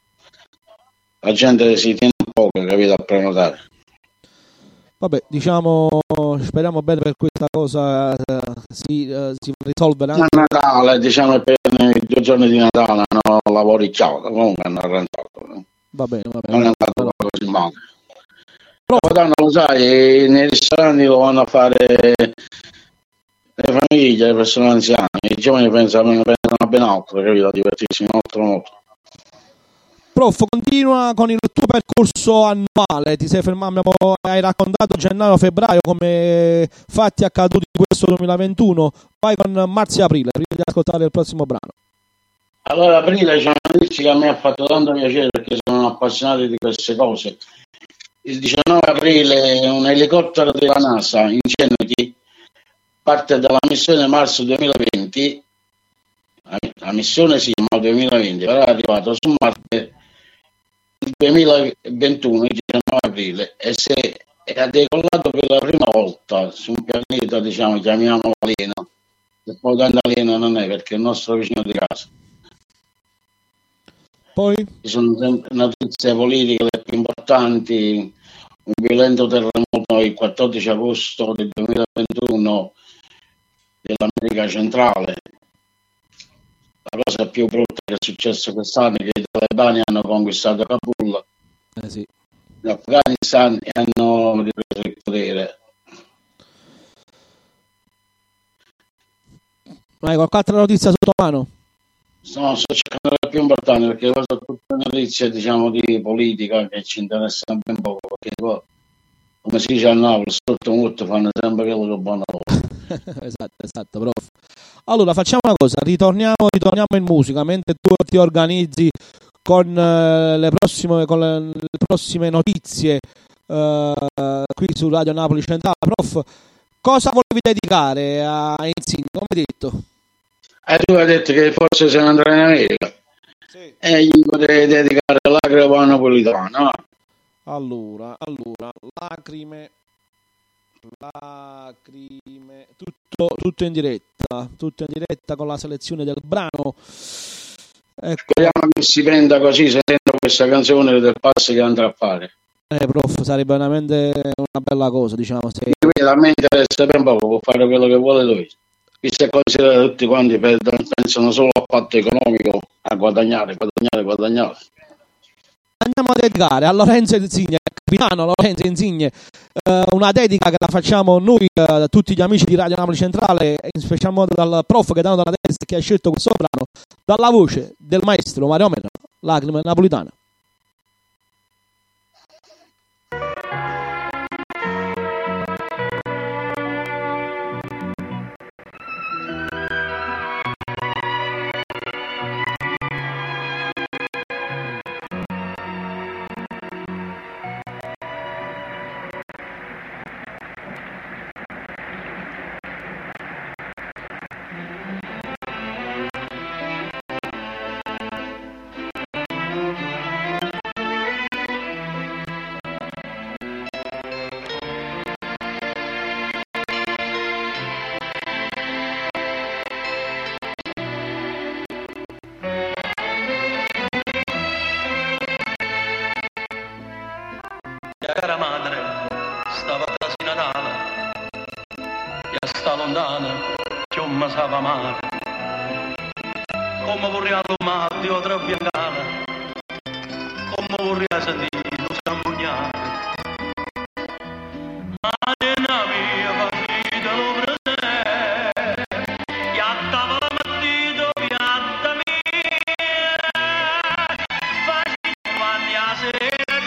la gente si tiene un po', capito, a prenotare.
Vabbè, diciamo, speriamo bene per questa cosa eh, si, eh, si risolverà.
A Natale, diciamo, per i due giorni di Natale hanno lavoricchiato, comunque hanno arrangiato.
Va bene, va bene.
Non è andato così male. Però, lo sai, nei ristoranti lo vanno a fare le famiglie, le persone anziane, i giovani pensano, pensano ben altro, capito, a divertirsi in un altro modo.
Prof, continua con il tuo percorso annuale. Ti sei fermato, abbiamo, hai raccontato gennaio-febbraio come fatti accaduti in questo duemilaventuno. Vai con marzo e aprile, prima di ascoltare il prossimo brano.
Allora, aprile c'è una notizia che a me ha fatto tanto piacere perché sono appassionato di queste cose. Il diciannove aprile un elicottero della NASA in Kennedy parte dalla missione Mars duemilaventi. La missione sì, ma duemilaventi, però è arrivato su Marte il duemilaventuno, il diciannove aprile, e si è e ha decollato per la prima volta su un pianeta, diciamo, chiamiamolo alieno, e poi tanto alieno non è perché è il nostro vicino di casa.
Poi
ci sono sempre notizie politiche le più importanti, un violento terremoto il quattordici agosto del duemilaventuno dell'America centrale. La cosa più brutta che è successa quest'anno è che i talebani hanno conquistato Kabul,
eh sì.
in Afghanistan, e hanno ripreso il potere.
Hai qualche altra notizia sotto mano?
No, sto cercando la più importante perché sono tutte notizie, diciamo, di politica che ci interessano ben poco, perché poi, come si dice a Napoli, sotto molto fanno sempre quello che buono.
esatto, esatto, prof. Allora facciamo una cosa, ritorniamo, ritorniamo in musica mentre tu ti organizzi con, uh, le, prossime, con le, le prossime notizie uh, qui su Radio Napoli Centrale. Prof, cosa volevi dedicare a Insigne, come hai detto?
E tu hai detto che forse se ne andrà in America, sì. E gli potrei dedicare Lacrime Napolitana, no?
Allora, allora, lacrime, lacrime, tutto, tutto in diretta, tutto in diretta con la selezione del brano. Ecco.
Speriamo che si prenda così, sentendo questa canzone del passo che andrà a fare.
Eh, prof, sarebbe veramente una bella cosa, diciamo. Se...
A me interessa ben poco, può fare quello che vuole lui. Visto e considerato che tutti quanti pensano solo al fatto economico, a guadagnare, guadagnare, guadagnare.
Andiamo a dedicare a Lorenzo Insigne, capitano Lorenzo Insigne, eh, una dedica che la facciamo noi, eh, tutti gli amici di Radio Napoli Centrale, in special modo dal prof Gaetano Dalla Testa che ha scelto questo brano, dalla voce del maestro Mario Mena, Lacrime Napolitana.
Cara madre, stava quasi Natale, e sta lontana, che non mi sapeva male. Come vorrei allumare di otra biancana, come vorrei sentire lo scambugnare. Ma nella mia partita lo presente, e attava la mattina piatta mia, facendo vanni a sera.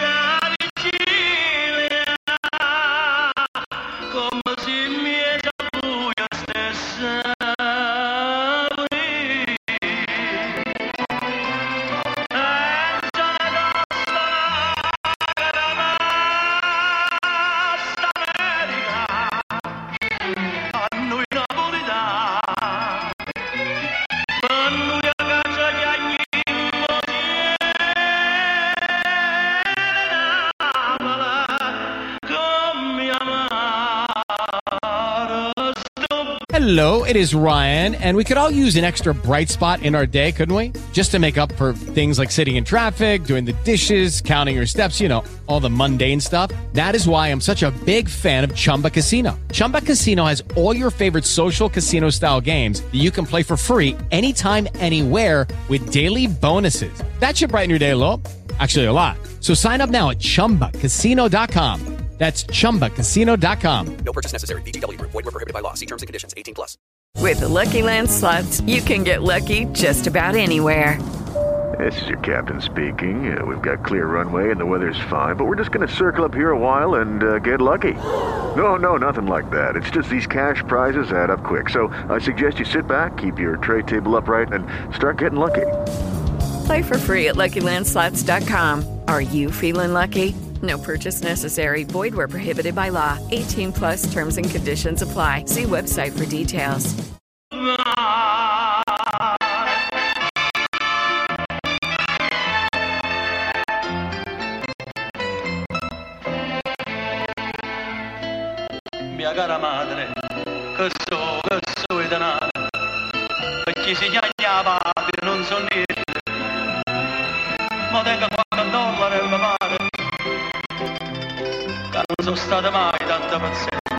Hello, it is Ryan, and we could all use an extra bright spot in our day, couldn't we? Just to make up for things like sitting in traffic, doing the dishes, counting your steps, you know, all the mundane stuff. That is why I'm such a big fan of Chumba Casino. Chumba Casino has all your favorite social casino-style games that you can play for free anytime, anywhere with daily bonuses. That should brighten your day a little. Actually, a lot. So sign up now at chumba casino dot com. That's chumba casino dot com.
No purchase necessary. V G W Group. Void where prohibited by law. See terms and conditions. eighteen plus.
With the Lucky Land Slots, you can get lucky just about anywhere.
This is your captain speaking. Uh, we've got clear runway and the weather's fine, but we're just going to circle up here a while and uh, get lucky. No, no, nothing like that. It's just these cash prizes add up quick. So I suggest you sit back, keep your tray table upright, and start getting lucky.
Play for free at lucky land slots dot com. Are you feeling lucky? No purchase necessary. Void where prohibited by law. eighteen plus terms and conditions apply. See website for details.
mia cara madre, che so, che so è denaro, perché si chiagna papà non so niente, ma tengo qualche dollaro e mi pare, che non sono stata mai tanta pazienza,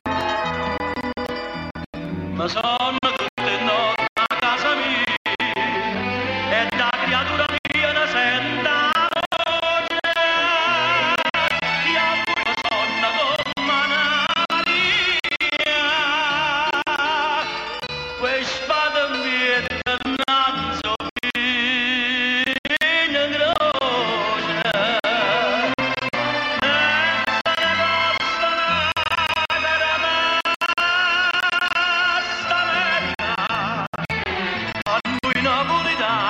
ma sono tutte notti a casa mia, e da creatura mia ne senta voce, io pure sono come una Maria, quei spada mia innanzi figlia in croce, e se ne costa una caramasta a noi napolitani,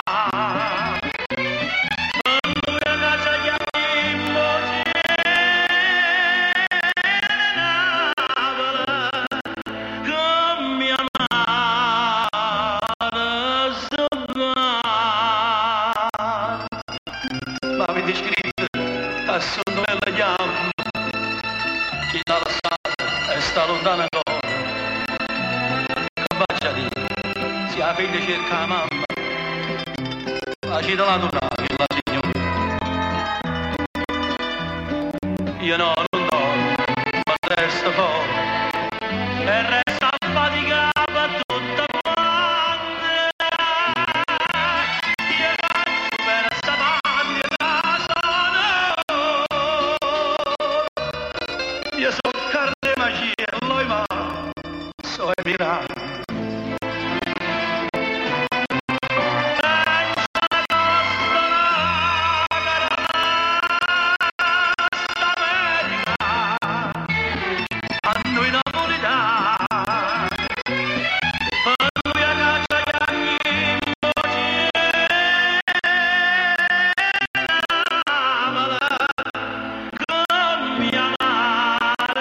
a noi a casa chiamimmo con mia madre sto ma avete scritto a sono bella chiamma, chi l'ha lasciata e sta lontana ancora, che faccia dire, si la figlia cerca la mamma, facete la tornare che la signora, io no, non dormo, ma resto fuori, e resta affaticato per tutta quante, io faccio per sta patria da sono, io so carne magia, lo ma so emigrato. A noi napolitani, a noi a caccia chiamimmo con mia madre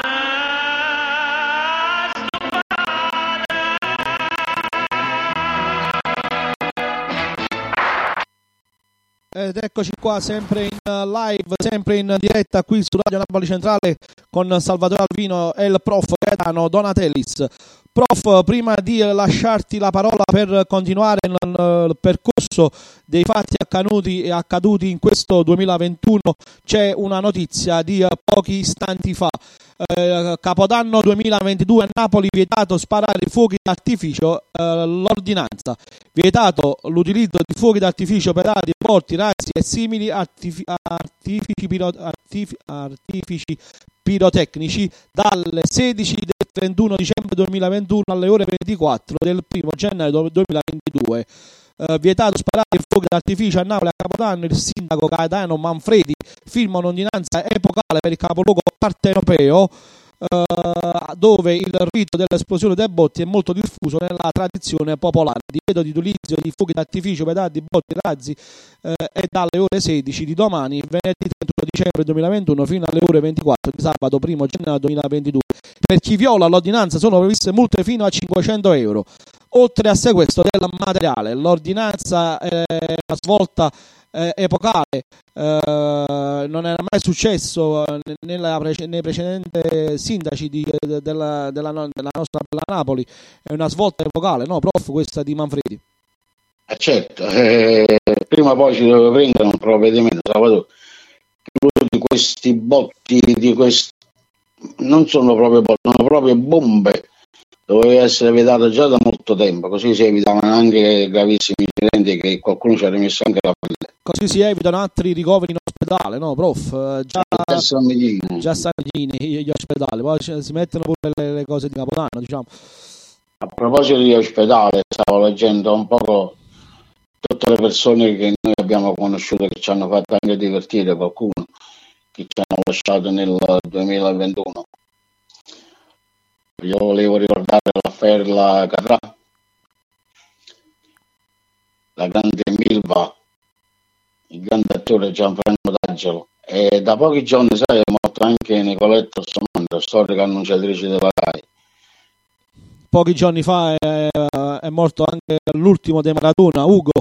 Ed eccoci qua sempre in live, sempre in diretta qui su Radio Napoli Centrale con Salvatore Alvino e il prof Gaetano Donatellis. Prof, prima di lasciarti la parola per continuare nel percorso dei fatti accaduti e accaduti in questo duemilaventuno, c'è una notizia di pochi istanti fa. Eh, Capodanno duemilaventidue a Napoli, vietato sparare fuochi d'artificio, eh, l'ordinanza, vietato l'utilizzo di fuochi d'artificio per arti, porti, razzi e simili artifi- artifici, piro- artifi- artifici pirotecnici dalle sedici del trentuno dicembre duemilaventuno alle ore ventiquattro del primo gennaio duemilaventidue. Uh, vietato sparare fuochi d'artificio a Napoli a Capodanno. Il sindaco Gaetano Manfredi firma un'ordinanza epocale per il capoluogo partenopeo, uh, dove il rito dell'esplosione dei botti è molto diffuso nella tradizione popolare. Divieto di utilizzo di fuochi d'artificio, petardi, botti e razzi uh, è dalle ore sedici di domani, venerdì trentuno dicembre duemilaventuno, fino alle ore ventiquattro di sabato primo gennaio duemilaventidue. Per chi viola l'ordinanza sono previste multe fino a cinquecento euro. Oltre a sequestro del materiale, l'ordinanza è una svolta eh, epocale, eh, non era mai successo nella prece- nei precedenti sindaci di, de, della, della, della nostra bella Napoli, è una svolta epocale, no prof, questa di Manfredi?
Eh certo, eh, prima o poi ci deve prendere un provvedimento, Salvatore, di questi botti, di questi, non sono proprio botti, sono proprio bombe. Doveva essere vietato già da molto tempo, così si evitavano anche gravissimi incidenti che qualcuno ci ha rimesso anche la pelle.
Così si evitano altri ricoveri in ospedale, no prof? Già
a San Migini,
già a San Migini gli ospedali, poi si mettono pure le, le cose di Capodanno, diciamo.
A proposito di ospedale, stavo leggendo un po' tutte le persone che noi abbiamo conosciuto che ci hanno fatto anche divertire, qualcuno che ci hanno lasciato nel duemilaventuno. Io volevo ricordare Raffaella Carrà, la grande Milva, il grande attore Gianfranco D'Angelo, e da pochi giorni, sai, è morto anche Nicoletta Somando, storica annunciatrice della RAI.
Pochi giorni fa è, è morto anche l'ultimo dei Maradona, Ugo,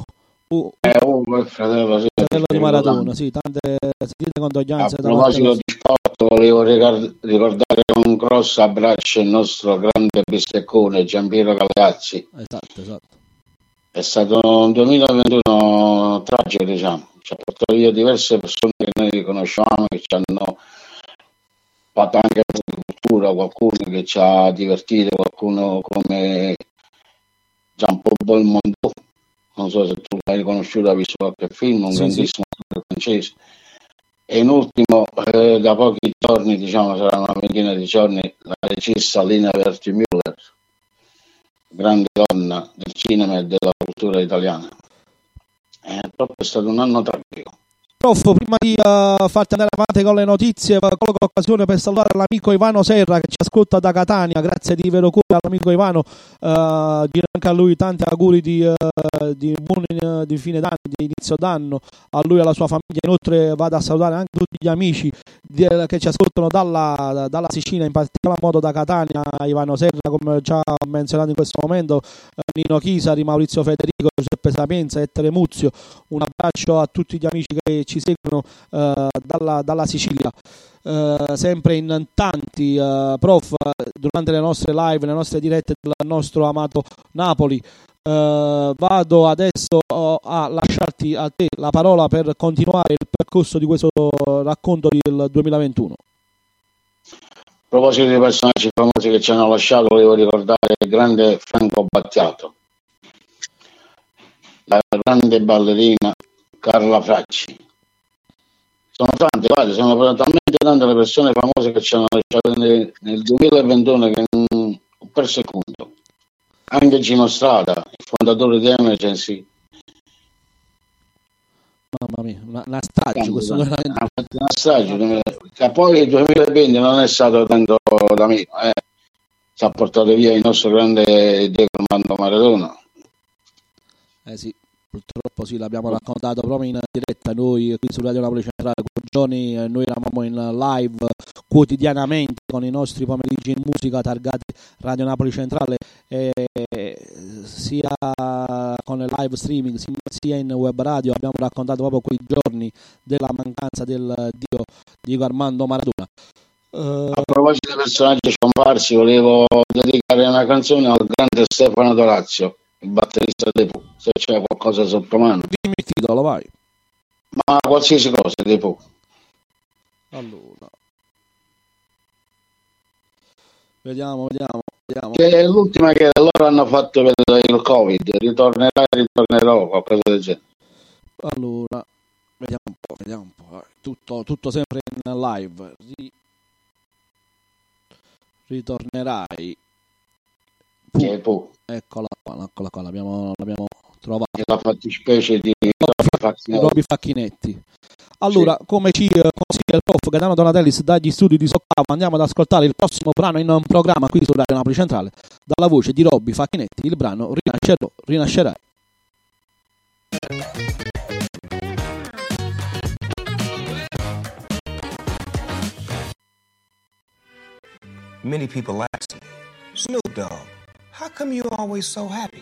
Uh,
eh, Ugo, il fratello, sì,
fratello di Maradona, sì, tante sentite condoglianze.
A proposito di sport, volevo ricord- ricordare un grosso abbraccio al nostro grande bisteccone Giampiero Galeazzi.
Esatto, esatto.
È stato un duemilaventuno tragico, diciamo. Ci ha portato via diverse persone che noi conosciamo, che ci hanno fatto anche cultura, qualcuno che ci ha divertito, qualcuno come Jean-Paul Belmondo, non so se tu l'hai conosciuto, hai visto qualche film, un
Sì,
grandissimo attore francese. E in ultimo, eh, da pochi giorni, diciamo sarà una ventina di giorni, la regista Lina Wertmüller, grande donna del cinema e della cultura italiana. Eh, proprio è stato un anno tragico.
Prof, prima di uh, farti andare avanti con le notizie, colgo l'occasione per salutare l'amico Ivano Serra che ci ascolta da Catania. Grazie di vero cuore all'amico Ivano, uh, giro anche a lui tanti auguri di, uh, di buon uh, di fine d'anno, di inizio d'anno a lui e alla sua famiglia. Inoltre vado a salutare anche tutti gli amici di, uh, che ci ascoltano dalla, dalla Sicilia, in particolar modo da Catania. Ivano Serra, come già menzionato in questo momento, uh, Nino Chisari, Maurizio Federico, Giuseppe Sapienza e Muzio. Un abbraccio a tutti gli amici che ci seguono uh, dalla, dalla Sicilia, uh, sempre in tanti, uh, prof, durante le nostre live, le nostre dirette del nostro amato Napoli. Uh, vado adesso uh, a lasciarti a te la parola per continuare il percorso di questo racconto del duemilaventuno.
A proposito di personaggi famosi che ci hanno lasciato, volevo ricordare il grande Franco Battiato, la grande ballerina Carla Fracci. Sono tante, guarda, sono talmente tante le persone famose che ci hanno lasciato nel, nel duemilaventuno che non ho perso il conto. Anche Gino Strada, il fondatore di Emergency.
Mamma mia, una, una strage questo
una, una strage, che poi il duemilaventi non è stato tanto da meno, eh. Ci ha portato via il nostro grande Diego Armando Maradona.
Eh sì. Purtroppo sì, l'abbiamo raccontato proprio in diretta noi qui su Radio Napoli Centrale. Quei giorni eh, noi eravamo in live quotidianamente con i nostri pomeriggi in musica targati Radio Napoli Centrale, eh, sia con il live streaming sia in web radio. Abbiamo raccontato proprio quei giorni della mancanza del dio Diego Armando Maradona. Uh,
A proposito dei personaggi scomparsi, volevo dedicare una canzone al grande Stefano Dorazio, il batterista dei Pooh, se c'è qualcosa sotto mano.
Dimmi il titolo, vai.
Ma qualsiasi cosa dei Pooh.
Allora. Vediamo, vediamo, vediamo.
Che è l'ultima che loro hanno fatto per il Covid, ritornerà e ritornerò, qualcosa del genere.
Allora, vediamo un po', vediamo un po'. Tutto, tutto sempre in live. Ri... Ritornerai.
Che Pooh.
Eccola qua, eccola qua, l'abbiamo, l'abbiamo trovata.
La fattispecie di
Robby Facchinetti. Allora, sì, come ci eh, consiglia il prof Gaetano Donatellis dagli studi di Soccava, andiamo ad ascoltare il prossimo brano in un programma qui su Radio Napoli Centrale, dalla voce di Robby Facchinetti, il brano Rinascerò, Rinascerai.
Many people ask me, Snoop Dogg, how come you're always so happy?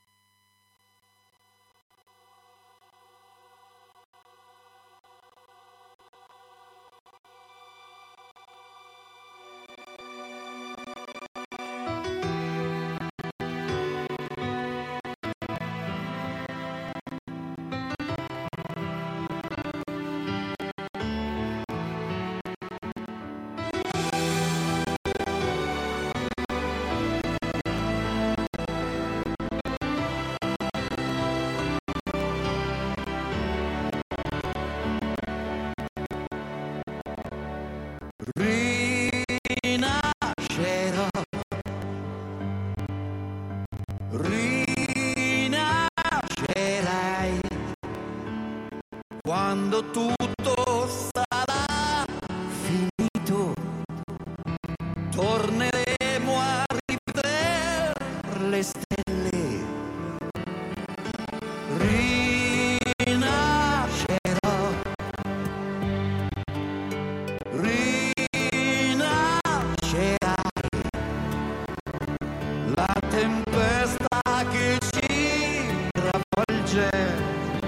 Rinascerò, rinascerai quando tutto sarà finito, torneremo a rivedere le stelle. Rinascerò, rinascerai, la tempesta che ci travolge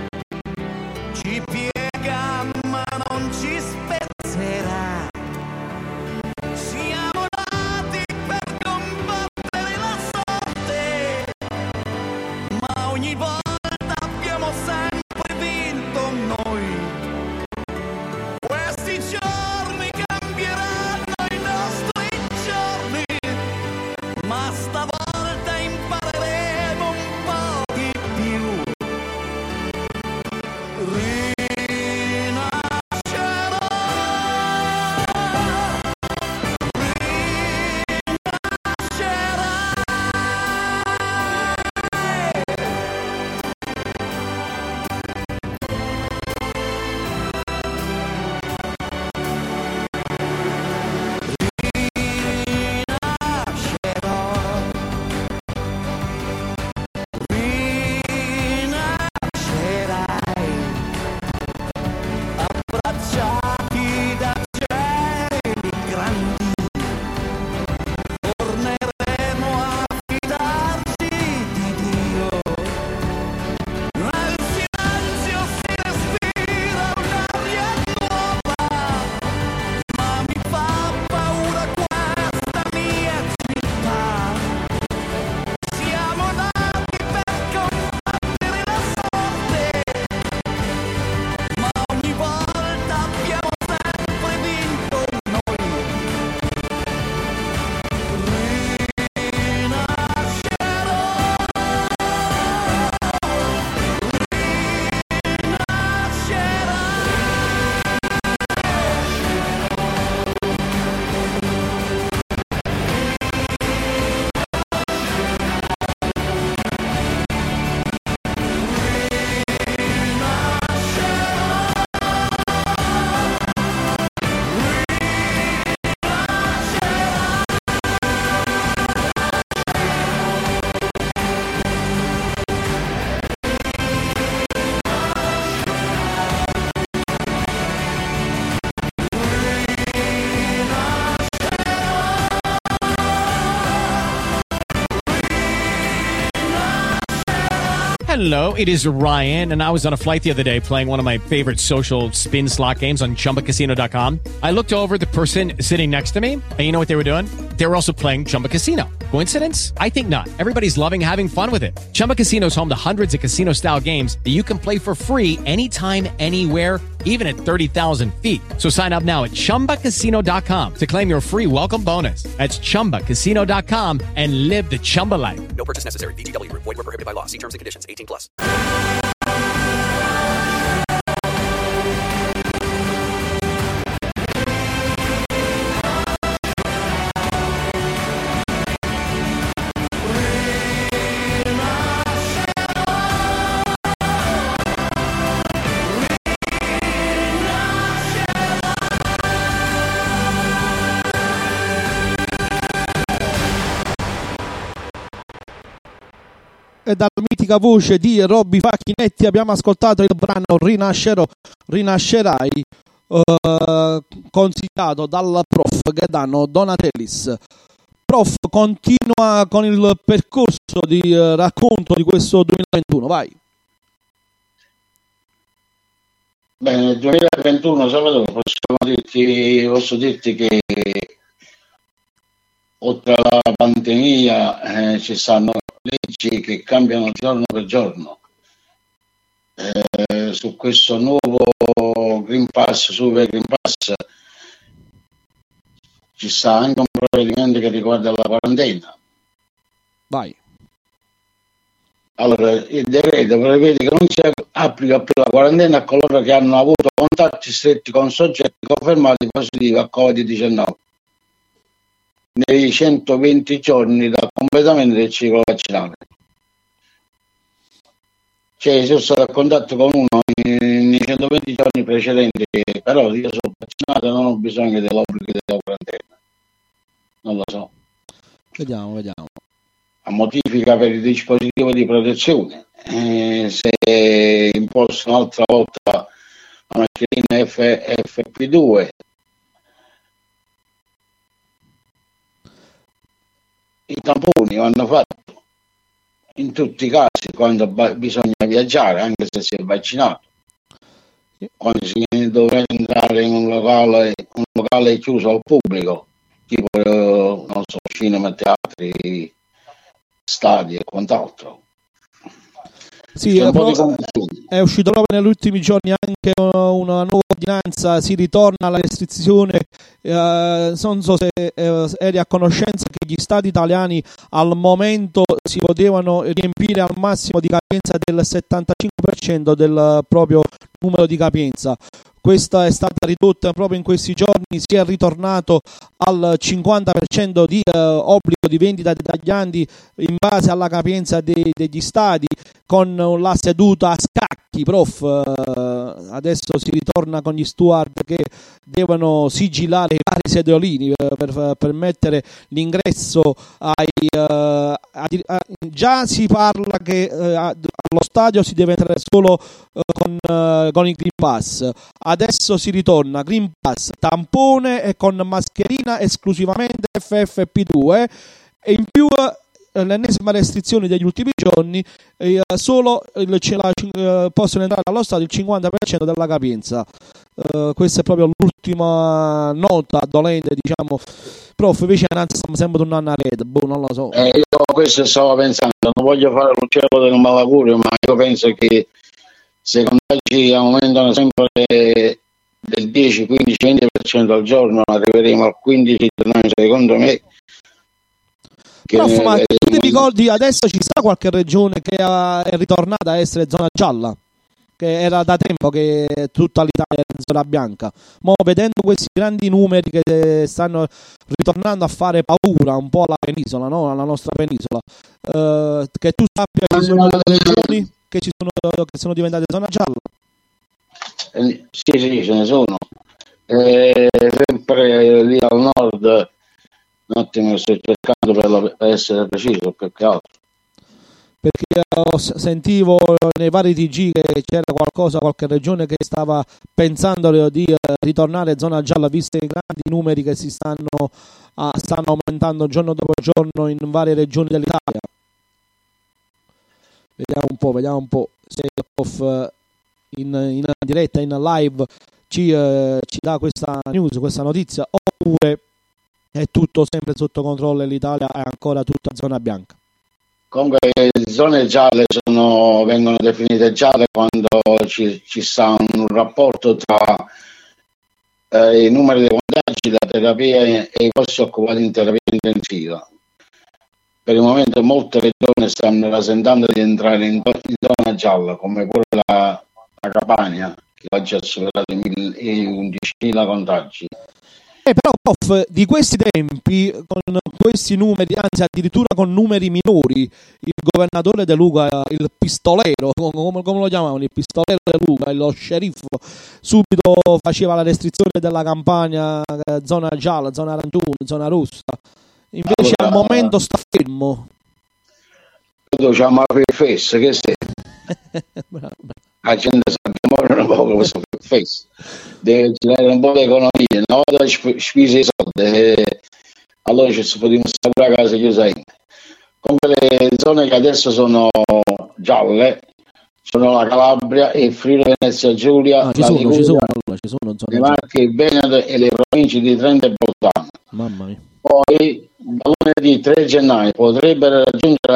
Hello, it is Ryan, and I was on a flight the other day playing one of my favorite social spin slot games on Chumba Casino dot com. I looked over at the person sitting next to me, and you know what they were doing? They were also playing Chumba Casino. Coincidence? I think not. Everybody's loving having fun with it. Chumba Casino is home to hundreds of casino-style games that you can play for free anytime, anywhere, even at thirty thousand feet. So sign up now at Chumba Casino dot com to claim your free welcome bonus. That's Chumba Casino dot com and live the Chumba life.
No purchase necessary. V G W. Void where prohibited by law. See terms and conditions. eighteen plus.
E dalla mitica voce di Robby Facchinetti abbiamo ascoltato il brano Rinascerò, Rinascerai, eh, consigliato dal prof Gaetano Donatellis. Prof, continua con il percorso di eh, racconto di questo duemilaventuno, vai.
Bene, nel duemilaventuno, Salvatore, possiamo dirti, posso dirti che oltre alla pandemia eh, ci stanno leggi che cambiano giorno per giorno. Eh, su questo nuovo Green Pass, Super Green Pass, ci sta anche un provvedimento che riguarda la quarantena.
Vai.
Allora, il decreto prevede che non si applica più la quarantena a coloro che hanno avuto contatti stretti con soggetti confermati positivi a covid diciannove nei centoventi giorni dal completamento del ciclo vaccinale. Cioè, se sono stato a contatto con uno nei centoventi giorni precedenti, però io sono vaccinato e non ho bisogno dell'obbligo della quarantena. Non lo so.
Vediamo, vediamo.
A modifica per il dispositivo di protezione. Eh, se imposto un'altra volta la mascherina F F P due, i tamponi vanno fatti in tutti i casi quando ba- bisogna viaggiare, anche se si è vaccinato. Quando si dovrà entrare in un locale, un locale chiuso al pubblico, tipo eh, non so, cinema, teatri, stadi e quant'altro.
Sì, è, è uscito proprio negli ultimi giorni anche una nuova ordinanza, si ritorna alla restrizione, eh, non so se eh, eri a conoscenza che gli stati italiani al momento si potevano riempire al massimo di capienza del settantacinque per cento del proprio numero di capienza. Questa è stata ridotta proprio in questi giorni, si è ritornato al cinquanta per cento di eh, obbligo di vendita dei tagliandi in base alla capienza dei, degli stadi, con la seduta a scacchi, prof. Eh, adesso si ritorna con gli steward che devono sigillare i vari sedolini per, per permettere l'ingresso ai... Eh, a, a, già si parla che eh, allo stadio si deve entrare solo eh, con, eh, con il Green Pass. Adesso si ritorna Green Pass, tampone e con mascherina esclusivamente F F P due, e in più eh, l'ennesima restrizione degli ultimi giorni, eh, solo il, la, eh, possono entrare allo stadio il cinquanta per cento della capienza. Uh, questa è proprio l'ultima nota dolente, diciamo. Prof, invece stiamo sempre tornando a rete, boh, non lo so.
Eh, io questo stavo pensando, non voglio fare l'uccello del malaugurio, ma io penso che se i contagi aumentano sempre del dieci, quindici, venti per cento al giorno, arriveremo al quindici per cento, secondo me.
Prof, ma tu ti ricordi, adesso ci sta qualche regione che è ritornata a essere zona gialla? Che era da tempo che tutta l'Italia era in zona bianca. Ma vedendo questi grandi numeri che stanno ritornando a fare paura un po' alla penisola, no? Alla nostra penisola, eh, che tu sappia ci sono delle regioni che, ci sono, che sono diventate zona gialla?
Eh, sì, sì, ce ne sono. Eh, sempre lì al nord, un attimo sto cercando per, la, per essere preciso, più che altro.
Perché io sentivo nei vari T G che c'era qualcosa, qualche regione che stava pensando di ritornare zona gialla, visto i grandi numeri che si stanno, ah, stanno aumentando giorno dopo giorno in varie regioni dell'Italia. Vediamo un po', vediamo un po' se Prof in, in diretta, in live ci, eh, ci dà questa news, questa notizia, oppure è tutto sempre sotto controllo e l'Italia è ancora tutta zona bianca.
Comunque le zone gialle sono, vengono definite gialle quando ci, ci sta un rapporto tra eh, i numeri dei contagi, la terapia e, e i posti occupati in terapia intensiva. Per il momento molte regioni stanno rasentando di entrare in, in zona gialla, come pure la, la Campania, che oggi ha superato i undicimila contagi.
Eh, però, prof, di questi tempi, con questi numeri, anzi addirittura con numeri minori, il governatore De Luca, il pistolero, come, come lo chiamavano, il pistolero De Luca, lo sceriffo, subito faceva la restrizione della Campania, eh, zona gialla, zona arancione, zona rossa. Invece allora, al momento sta fermo.
Diciamo a festa, che sei? La gente sa che muore un po' questo festa. Deve girare un po' l'economia, una volta spese i soldi, e allora ci si può dimostrare a casa chiusa. Comunque le zone che adesso sono gialle sono la Calabria, il Friuli Venezia Giulia,
ah, ci
la
sono,
Liguria,
ci sono, allora, ci sono
le Marche, il Veneto e le province di Trento e Bolzano.
Mamma mia.
Poi da lunedì tre gennaio potrebbero raggiungere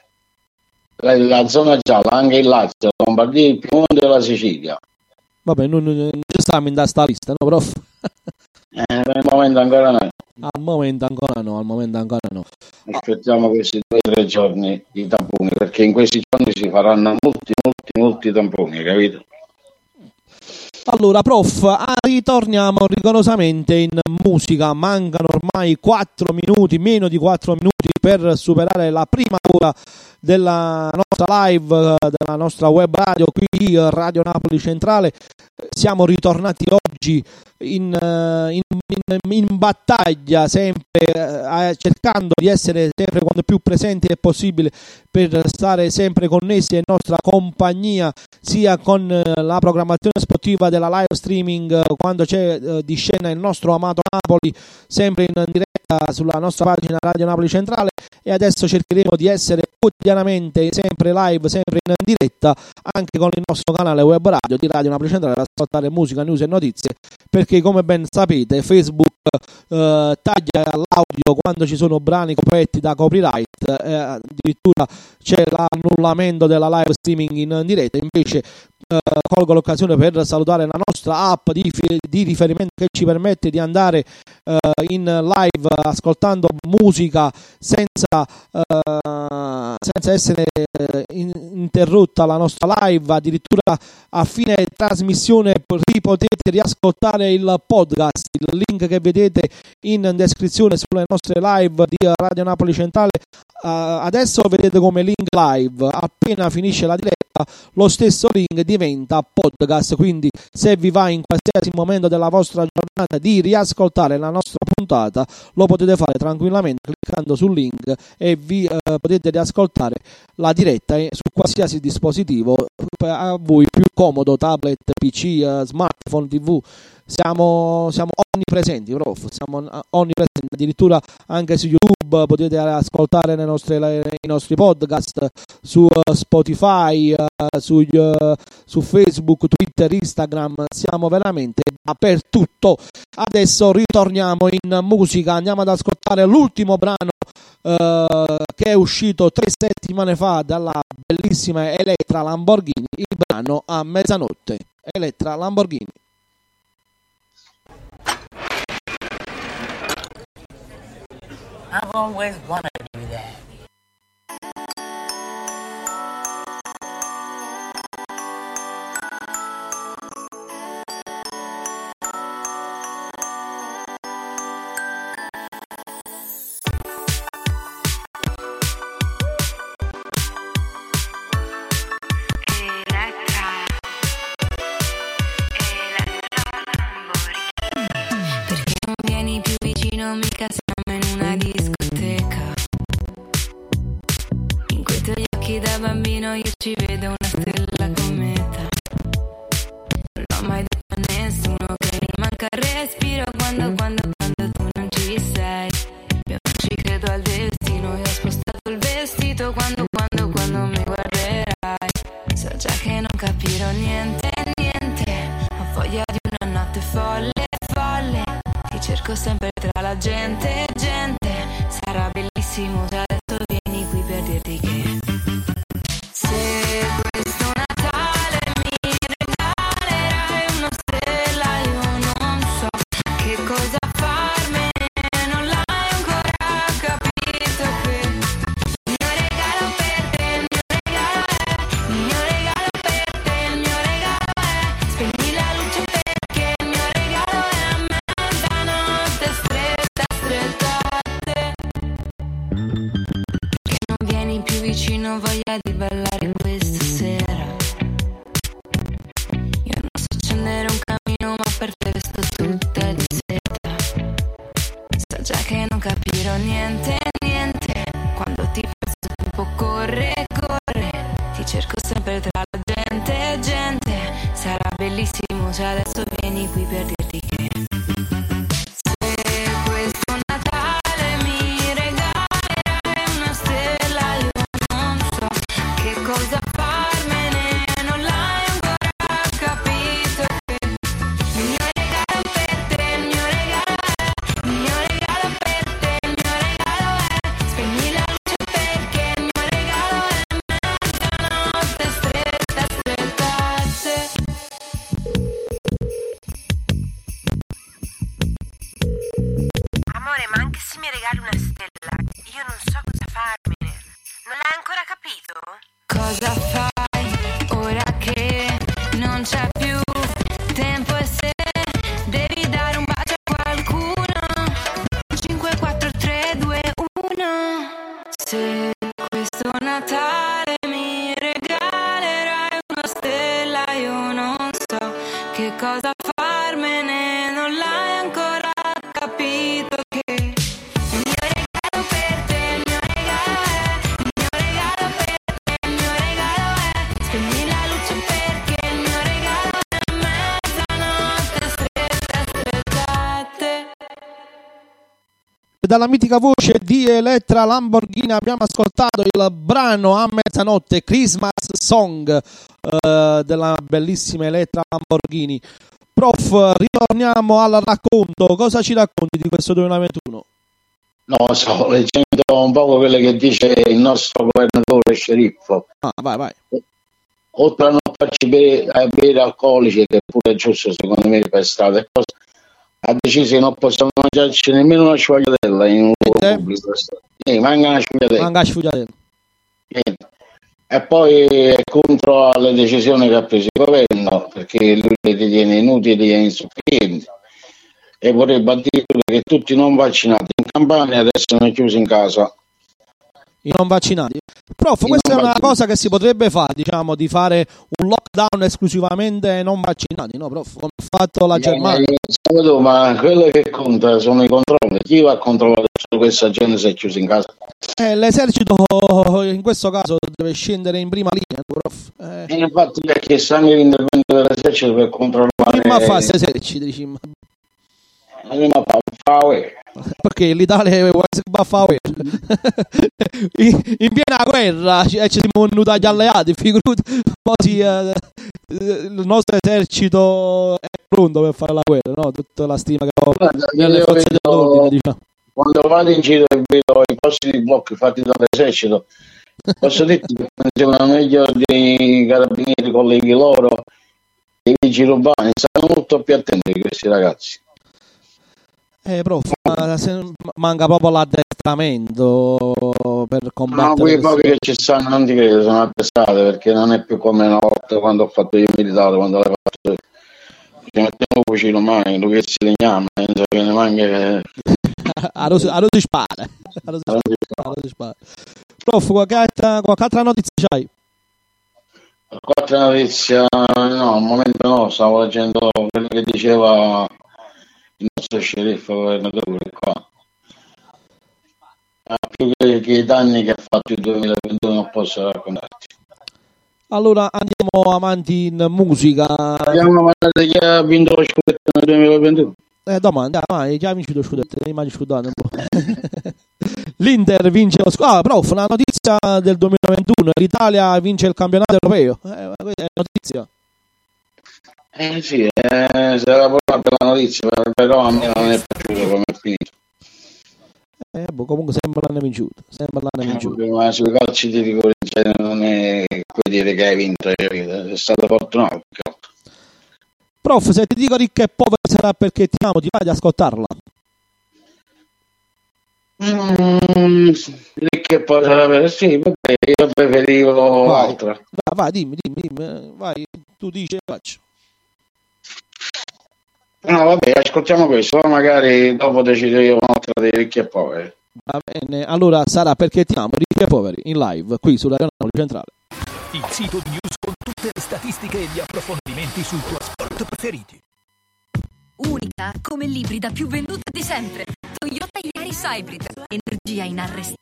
la, la zona gialla anche il Lazio, la Lombardia, il Piemonte e la Sicilia.
Vabbè, non, non ci stiamo in questa lista, no, prof?
Eh, per il momento ancora no.
Al momento ancora no, al momento ancora no.
Aspettiamo questi due o tre giorni di tamponi, perché in questi giorni si faranno molti, molti, molti tamponi, capito?
Allora, prof, ritorniamo rigorosamente in musica. Mancano ormai quattro minuti, meno di quattro minuti per superare la prima ora della nostra live, della nostra web radio qui Radio Napoli Centrale. Siamo ritornati oggi in, in, in, in battaglia, sempre eh, cercando di essere sempre quanto più presenti è possibile per stare sempre connessi in nostra compagnia, sia con eh, la programmazione sportiva della live streaming eh, quando c'è eh, di scena il nostro amato Napoli, sempre in diretta sulla nostra pagina Radio Napoli Centrale, e adesso cercheremo di essere quotidianamente sempre live, sempre in diretta anche con il nostro canale web radio di Radio Napoli Centrale per ascoltare musica, news e notizie, perché come ben sapete Facebook eh, taglia l'audio quando ci sono brani coperti da copyright, eh, addirittura c'è l'annullamento della live streaming in diretta. Invece Uh, colgo l'occasione per salutare la nostra app di, di riferimento che ci permette di andare uh, in live ascoltando musica senza, uh, senza essere in, interrotta la nostra live. Addirittura a fine trasmissione potete riascoltare il podcast, il link che vedete in descrizione sulle nostre live di Radio Napoli Centrale. Uh, adesso vedete come link live, appena finisce la diretta lo stesso link diventa podcast, quindi se vi va in qualsiasi momento della vostra giornata di riascoltare la nostra puntata lo potete fare tranquillamente cliccando sul link e vi uh, potete riascoltare la diretta eh, su qualsiasi dispositivo a voi più comodo, tablet, pc, uh, smartphone, tv. Siamo, siamo onnipresenti, prof, siamo onnipresenti, addirittura anche su YouTube potete ascoltare le nostre, le, i nostri podcast, su uh, Spotify, uh, su, uh, su Facebook, Twitter, Instagram, siamo veramente dappertutto. Adesso ritorniamo in musica, andiamo ad ascoltare l'ultimo brano uh, che è uscito tre settimane fa dalla bellissima Elettra Lamborghini, il brano A Mezzanotte. Elettra Lamborghini.
I've always wanted to do that.
Perché non vieni più vicino, mica siamo in una discoteca. gente, gente, sarà bellissimo se adesso vieni qui per dirti che se questo Natale mi regalerai una stella, io non so che cosa farmene, non l'hai ancora capito che il mio regalo per te, il mio regalo è, il mio regalo per te, il mio regalo è, spegni la luce perché il mio regalo è a mezzanotte stretta, stretta a te, che non vieni più vicino, voglia di ballare questa sera, io non so accendere un camino ma per te vesto tutta di seta, so già che non capirò niente, niente, quando ti passo il tempo corre, corre, ti cerco sempre tra la gente, gente, sarà bellissimo se adesso vieni qui per dirti che se questo Natale mi regalerai una stella, io non so che cosa farmene, non l'hai ancora capito che il mio regalo per te, il mio regalo è, il mio regalo per te, il mio regalo è, spegni la luce perché il mio regalo è mezzanotte stretta, stretta a te.
Amore, ma anche se mi regali una stella, io non so cosa farmene. Non l'hai ancora capito?
Cosa fai ora che non c'è più tempo e se devi dare un bacio a qualcuno? cinque, quattro, tre, due, uno. Se questo Natale mi regalerai una stella, io non so che cosa farmene, non l'hai ancora capito che il mio regalo per te, il mio regalo è, il mio regalo per te, il mio regalo è, spegni la luce perché il mio regalo è mezzanotte stretta, stretta a te.
Dalla mitica voce di Elettra Lamborghini abbiamo ascoltato il brano A mezzanotte, Christmas Song, eh, della bellissima Elettra Lamborghini. Prof, ritorniamo al racconto. Cosa ci racconti di questo duemilaventuno?
No, sto leggendo un po' quello che dice il nostro governatore sceriffo.
Ah, vai, vai.
Oltre a non farci bere, a bere alcolici, che pure è giusto secondo me per strada e cose, ha deciso che non possiamo mangiarci nemmeno una sfogliatella in un luogo pubblico. Sì, manca una sfogliatella.
Manca una sfogliatella.
Niente. E poi è contro alle decisioni che ha preso il governo, perché lui le ritiene inutili e insufficienti, e vorrebbe addirittura che tutti i non vaccinati in Campania restino chiusi in casa.
I non vaccinati? Prof,
I
questa
non
è una
vaccinati.
cosa che si potrebbe fare, diciamo, di fare un lockdown esclusivamente ai non vaccinati, no, prof? Come ha fatto la Germania.
Eh, ma quello che conta sono i controlli. Chi va a controllare se questa gente si è chiusa in casa?
Eh, l'esercito in questo caso deve scendere in prima linea, prof. Eh.
E infatti ha chiesto anche l'intervento dell'esercito per controllare.
Prima fa se eserciti, diciamo.
Prima fa, fa
perché l'Italia vuole fare in, in piena guerra ci, ci siamo venuti agli alleati, figurati, così eh, il nostro esercito è pronto per fare la guerra, no? Tutta la stima che ho nelle forze dell'ordine, diciamo.
Quando vado in giro e vedo i posti di blocco fatti dall'esercito, posso dirti che funzionano meglio dei carabinieri colleghi loro, i vigili urbani, stanno molto più attenti di questi ragazzi.
Eh, prof, ma se manca proprio l'addestramento per combattere.
No, quei pochi che ci stanno non ti credo, sono attestate, perché non è più come una volta quando ho fatto io militare, quando l'hai fatto ci mettiamo vicino mai, lui che si legnama, penso che ne manca che...
a rose spade, a rose spade. Prof, qualche altra, qualche altra notizia c'hai?
Qualche notizia, no, al momento no, stavo leggendo quello che diceva il nostro sceriffo governatore qua. Ha più che, che i danni che ha fatto il duemilaventuno non posso raccontarti.
Allora andiamo avanti in musica.
Andiamo a vedere chi ha vinto lo scudetto nel duemilaventuno.
Eh, domanda, vai, chi ha vinto lo scudetto? Immagino scudate un po'. L'Inter vince lo scudetto. Ah, prof, una notizia del duemilaventuno. L'Italia vince il campionato europeo. Eh, questa è notizia.
Eh sì, eh, sarà proprio la notizia, però a me non è piaciuto come è finito.
Eh, boh, comunque sempre l'hanno vinciuto, sempre l'hanno vinciuto.
Ma sui calci di rigore cioè, non è puoi dire che hai vinto, è stato fortunato.
Prof, se ti dico Ricca e Povera sarà perché ti amo, ti vai ad ascoltarla?
Mm, Ricca e Povera, sì, vabbè, io preferivo
vai,
l'altra.
Vai, vai, dimmi, dimmi, dimmi, vai, tu dici e faccio.
No, vabbè, ascoltiamo questo, magari dopo decido io un'altra dei Ricchi e Poveri.
Va bene, allora sarà perché ti amo, Ricchi e Poveri, in live, qui sulla Radio Napoli Centrale.
Il sito di news con tutte le statistiche e gli approfondimenti sui tuoi sport preferiti.
Unica come l'ibrida più venduta di sempre. Toyota Yaris Hybrid. Energia inarrestabile.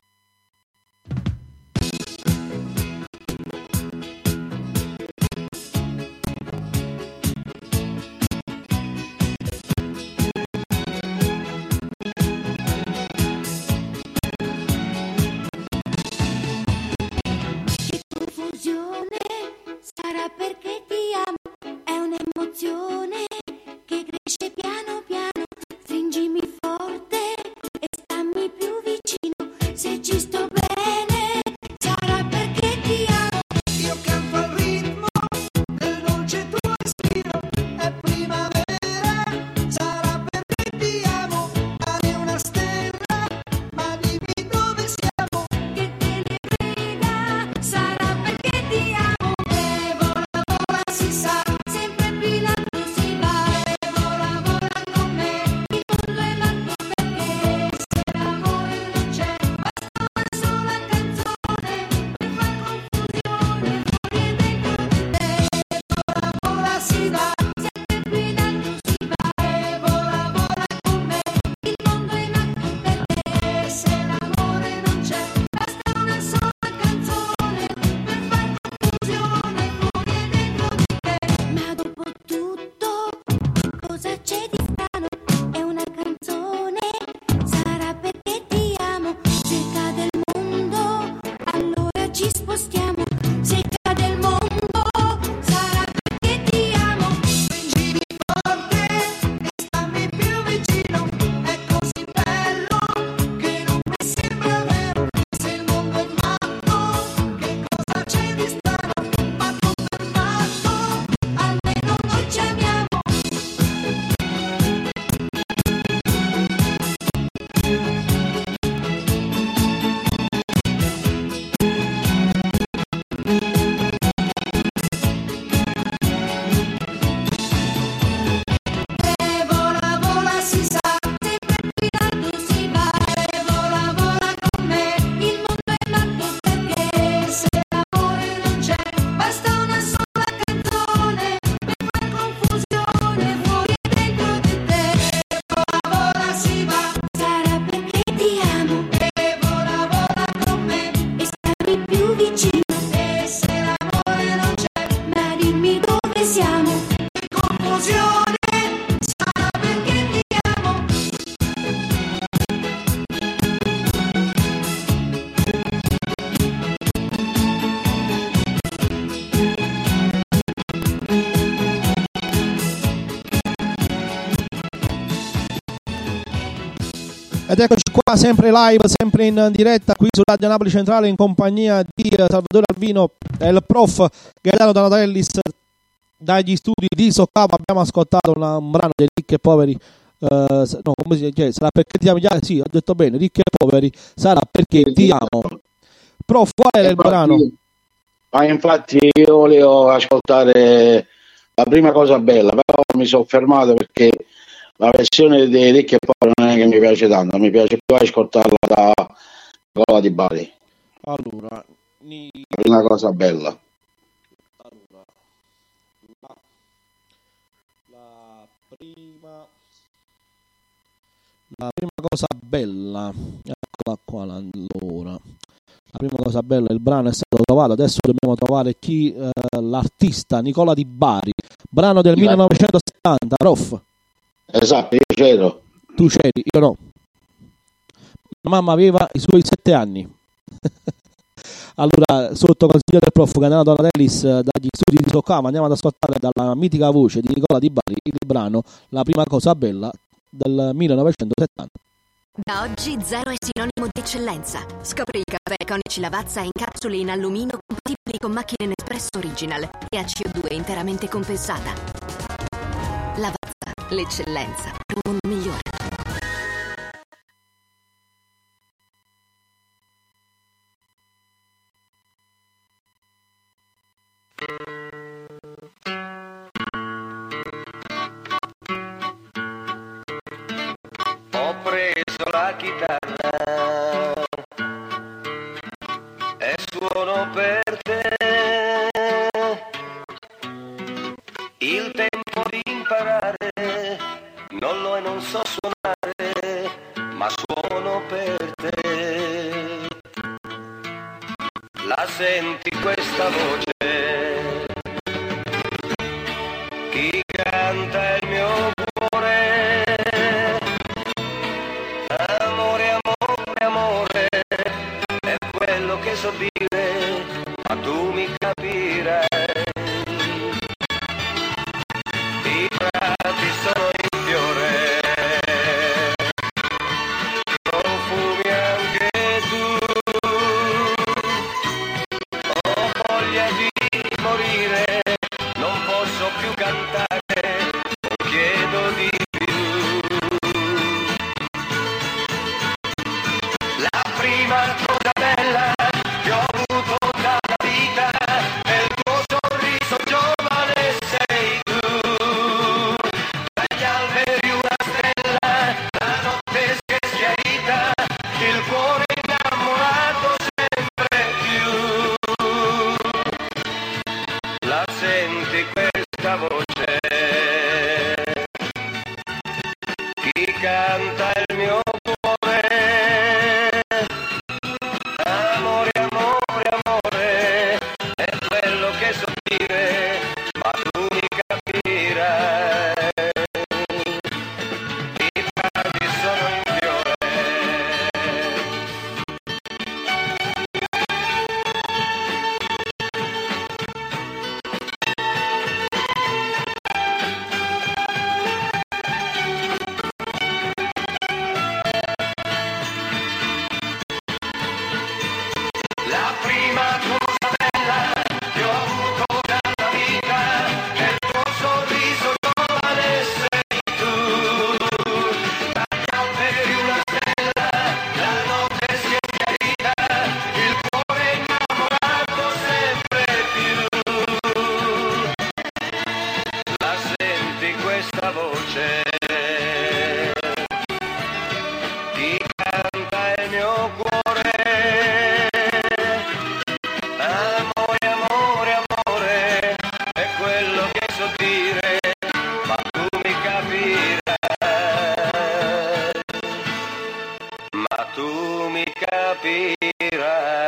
Sarà perché ti amo, è un'emozione che cresce piano piano, stringimi forte e stammi più vicino, se ci sto bene, sarà perché ti amo. Io canto al ritmo del dolce tuo respiro, è primavera, sarà perché ti amo, hai una stella, ma dimmi dove siamo, che te ne frega, sarà perché ti amo. Si sa, sempre più in alto si va e vola, vola con me. Il mondo è matto perché se l'amore non c'è, basta una sola canzone per far confusione fuori e dentro di te. Vola, vola si va, sempre più in alto si va e vola, vola con me. Il mondo è matto perché se l'amore non c'è, basta una sola canzone per far confusione fuori e dentro di te. Ma dopo tutto, cosa c'è di strano? È una canzone, sarà perché ti amo. Se cade il mondo, allora ci spostiamo. Se cade il mondo, sarà perché ti amo. Stringimi forte e stammi più vicino. È così bello che non mi sembra vero. Se il mondo è matto, che cosa c'è di strano? Matto per matto, almeno noi ci amiamo. E vola, vola si sa, sempre più in alto si va e vola, vola con me. Il mondo è matto perché se l'amore non c'è, basta una sola canzone per far confusione fuori e dentro di te. E vola, vola si va, sarà perché ti amo. E vola, vola con me e stammi più vicino. E se l'amore non c'è, ma dimmi dove siamo. Che confusione, sarà perché ti amo.
Ed eccoci qua, sempre live, sempre in diretta qui su Radio Napoli Centrale in compagnia di eh, Salvatore Alvino e il prof Gaetano Donatellis dagli studi di Soccava. Abbiamo ascoltato una, un brano dei Ricchi e Poveri, eh, s- no, come si dice? Sarà perché ti amo, già, sì, ho detto bene, Ricchi e Poveri, sarà perché ti amo. Prof, qual era il brano?
Ma infatti io volevo ascoltare la prima cosa bella, però mi sono fermato perché la versione dei Ricchi e Poveri non è che mi piace tanto, mi piace più ascoltarla da Nicola Di Bari.
Allora, ni-
La prima cosa bella.
allora la, la prima la prima cosa bella, eccola qua, allora la prima cosa bella, il brano è stato trovato, adesso dobbiamo trovare chi, eh, l'artista Nicola Di Bari, brano del millenovecentosettanta, prof.
Esatto, io c'ero.
Tu c'eri, io no. Mia mamma aveva i suoi sette anni. Allora, sotto consiglio del prof Gaetano Donatellis, eh, dagli studi di Soccava, andiamo ad ascoltare dalla mitica voce di Nicola Di Bari il brano La prima cosa bella del millenovecentosettanta.
Da oggi zero è sinonimo di eccellenza. Scopri il caffè Conici Lavazza in capsule in alluminio compatibili con macchine Nespresso Original e a C O due interamente compensata. Lavazza, l'eccellenza per un mondo migliore.
Ho preso la chitarra e suono per te. Il tempo di imparare non lo è, non so suonare, ma suono per te. La senti questa voce? Chi canta il mio cuore? Amore, amore, amore, è quello che so dire, ma tu mi capirai. I prati sono in fiore, profumi anche tu. Ho voglia di morire, non posso più cantare, non chiedo di più. La prima cosa bella che ho avuto dalla vita è il tuo sorriso giovane, sei tu. Dagli alberi una stella, la notte si è schiarita, il cuore innamorato sempre più. La senti questa voce? Chi canta il mio cuore? Amore, amore, amore, è quello che so dire, ma tu mi capirai. I prati sono in fiore. La prima cosa bella che ho avuto dalla vita è il tuo sorriso giovane, sei tu. Dagli alberi una stella, la notte si è schiarita, il cuore innamorato sempre più. La senti questa voce? Chi canta il mio cuore? Amore, amore, amore, è quello che so dire, ma tu mi capirai. Ma tu mi capirai.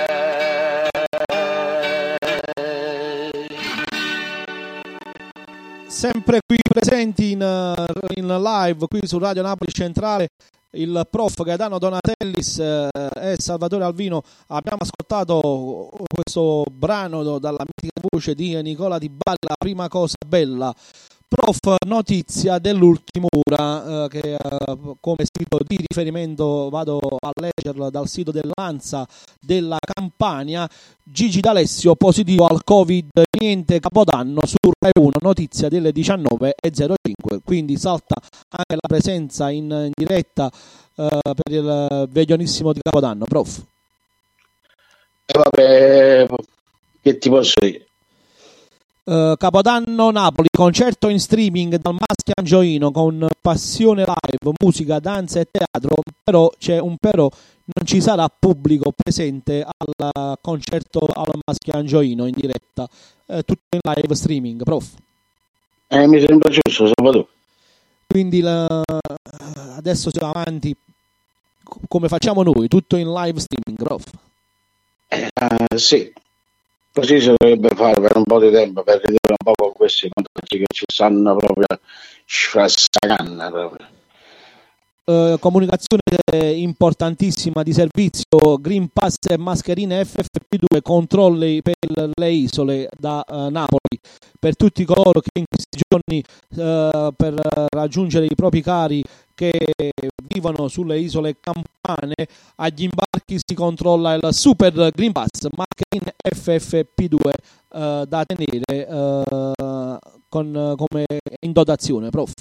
Sempre qui presenti in, in live qui su Radio Napoli Centrale il prof Gaetano Donatellis eh, e Salvatore Alvino. Abbiamo ascoltato questo brano dalla mitica voce di Nicola Di Bari, La prima cosa bella. Prof, notizia dell'ultima ora, eh, che eh, come sito di riferimento vado a leggerla dal sito dell'ANSA della Campania. Gigi D'Alessio positivo al Covid, niente Capodanno su Rai uno, notizia delle diciannove e zero cinque, quindi salta anche la presenza in, in diretta eh, per il veglionissimo di Capodanno, prof.
E eh, vabbè, che ti posso dire?
Uh, Capodanno Napoli, concerto in streaming dal Maschio Angioino con passione live, musica, danza e teatro, però c'è un però, non ci sarà pubblico presente al concerto al Maschio Angioino in diretta, uh, tutto in live streaming, prof.
Eh, mi sembra giusto, Salvatore.
Quindi la... adesso siamo avanti come facciamo noi, tutto in live streaming, prof.
Eh, uh, sì. Così si dovrebbe fare per un po' di tempo, per ridurre un po' con questi contagi che ci stanno proprio sfrassacanna proprio.
Uh, comunicazione importantissima di servizio, Green Pass e mascherine F F P due, controlli per le isole da uh, Napoli per tutti coloro che in questi giorni uh, per raggiungere i propri cari che vivono sulle isole Campane, agli imbarchi si controlla il Super Green Pass Marche F F P due eh, da tenere eh, con, come in dotazione, prof.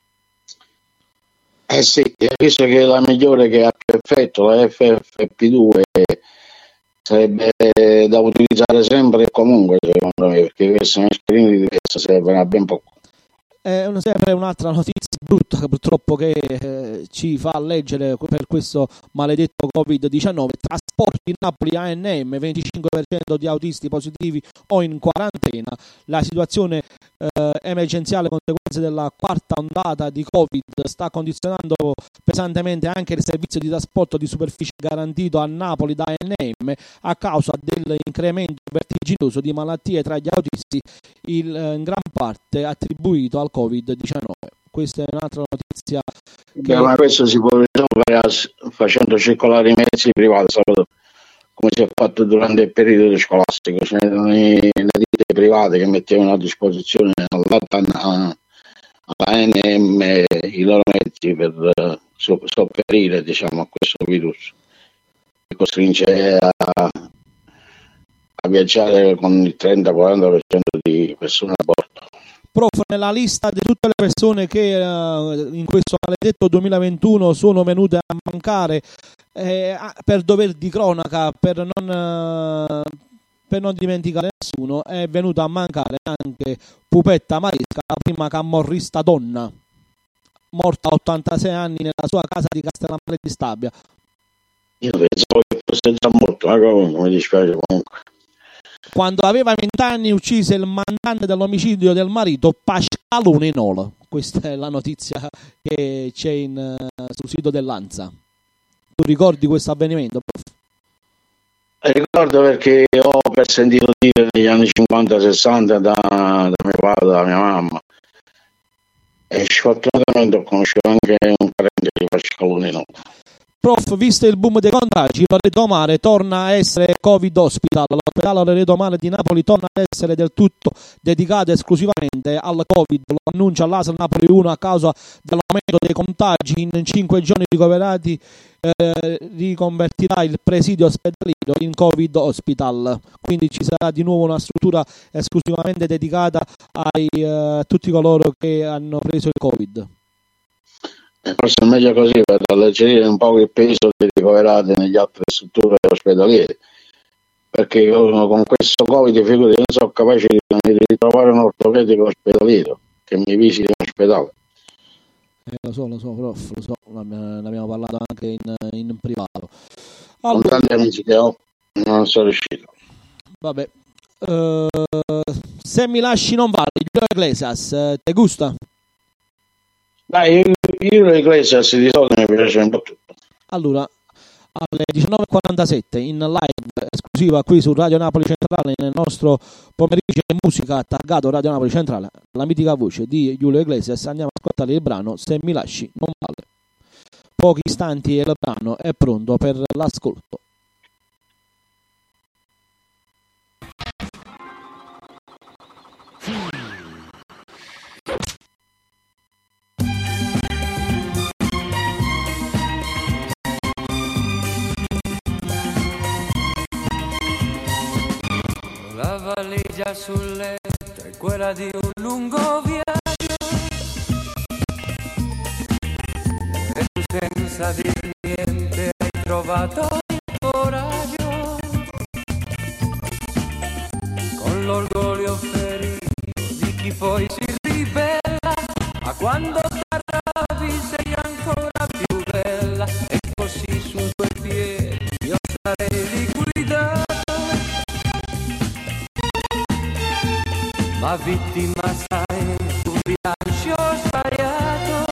Eh sì, visto che è la migliore che ha più effetto, la F F P due sarebbe da utilizzare sempre e comunque, secondo me, perché queste mascherine diverse servono a ben poco.
È una, sempre un'altra notizia brutta che purtroppo che eh, ci fa leggere per questo maledetto covid diciannove. Trasporti Napoli A N M, venticinque per cento di autisti positivi o in quarantena. La situazione eh, emergenziale conseguenze della quarta ondata di Covid sta condizionando pesantemente anche il servizio di trasporto di superficie garantito a Napoli da A N M a causa dell'incremento vertiginoso di malattie tra gli autisti, il, in gran parte attribuito al covid diciannove. Questa è un'altra notizia che...
Beh, ma questo si può risolvere facendo circolare i mezzi privati, come si è fatto durante il periodo scolastico. C'erano le ditte private che mettevano a disposizione alla A N M i loro mezzi per sopperire, diciamo, a questo virus che costringe a, a viaggiare con il trenta quaranta per cento di persone a bordo.
Prof, nella lista di tutte le persone che uh, in questo maledetto duemilaventuno sono venute a mancare eh, per dover di cronaca, per non, uh, per non dimenticare nessuno, è venuta a mancare anche Pupetta Maresca, la prima camorrista donna, morta a ottantasei anni nella sua casa di Castellammare di Stabia.
Io pensavo che fosse già morto, ma comunque mi dispiace comunque.
Quando aveva vent'anni uccise il mandante dell'omicidio del marito Pascalone Nola. Questa è la notizia che c'è in, uh, sul sito dell'Ansa. Tu ricordi questo avvenimento, prof?
Ricordo perché ho per sentito dire negli anni cinquanta sessanta da, da mio padre, da mia mamma, e sfortunatamente ho conosciuto anche un parente di Pascalone Nola.
Prof, visto il boom dei contagi, Loreto Mare torna a essere Covid Hospital. L'ospedale Loreto Mare di Napoli torna ad essere del tutto dedicato esclusivamente al Covid. Lo annuncia l'A S L Napoli uno a causa dell'aumento dei contagi. In cinque giorni ricoverati eh, riconvertirà il presidio ospedaliero in Covid Hospital. Quindi ci sarà di nuovo una struttura esclusivamente dedicata a eh, tutti coloro che hanno preso il Covid.
Forse è meglio così per alleggerire un po' il peso dei ricoverati negli altre strutture ospedaliere, perché con questo Covid figurati non sono capace di, di trovare un ortopedico ospedaliero che mi visiti in ospedale.
Eh, lo so, lo so, prof, lo so, ne abbiamo parlato anche in, in privato.
Allora, con tanti amici che ho non sono riuscito.
Vabbè, uh, se mi lasci non vale, Julio Iglesias, te gusta?
Dai, io, io Iglesias di solito mi piace un po' tutto.
Allora, alle diciannove e quarantasette in live esclusiva qui su Radio Napoli Centrale, nel nostro pomeriggio di musica targato Radio Napoli Centrale, la mitica voce di Julio Iglesias, andiamo a ascoltare il brano Se mi lasci non vale. Pochi istanti e il brano è pronto per l'ascolto.
La valigia sul letto è quella di un lungo viaggio e tu senza dir niente hai trovato il coraggio, con l'orgoglio ferito di chi poi si ribella, ma quando t'arrabbi sei ancora più bella, e così su due piedi io sarei liquidato, ma vittima sai un bilancio sbagliato.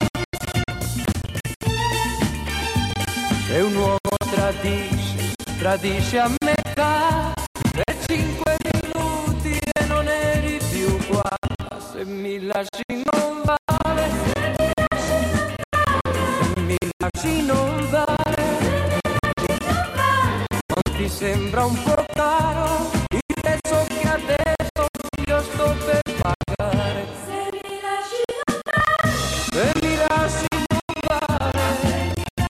Se un uomo tradisce, tradisce a metà per cinque minuti e non eri più qua. Se mi lasci non vale, se mi lasci non vale, non ti sembra un po' caro il prezzo che adesso io sto per pagare? Se mi lasci non vale, se mi lasci non vale,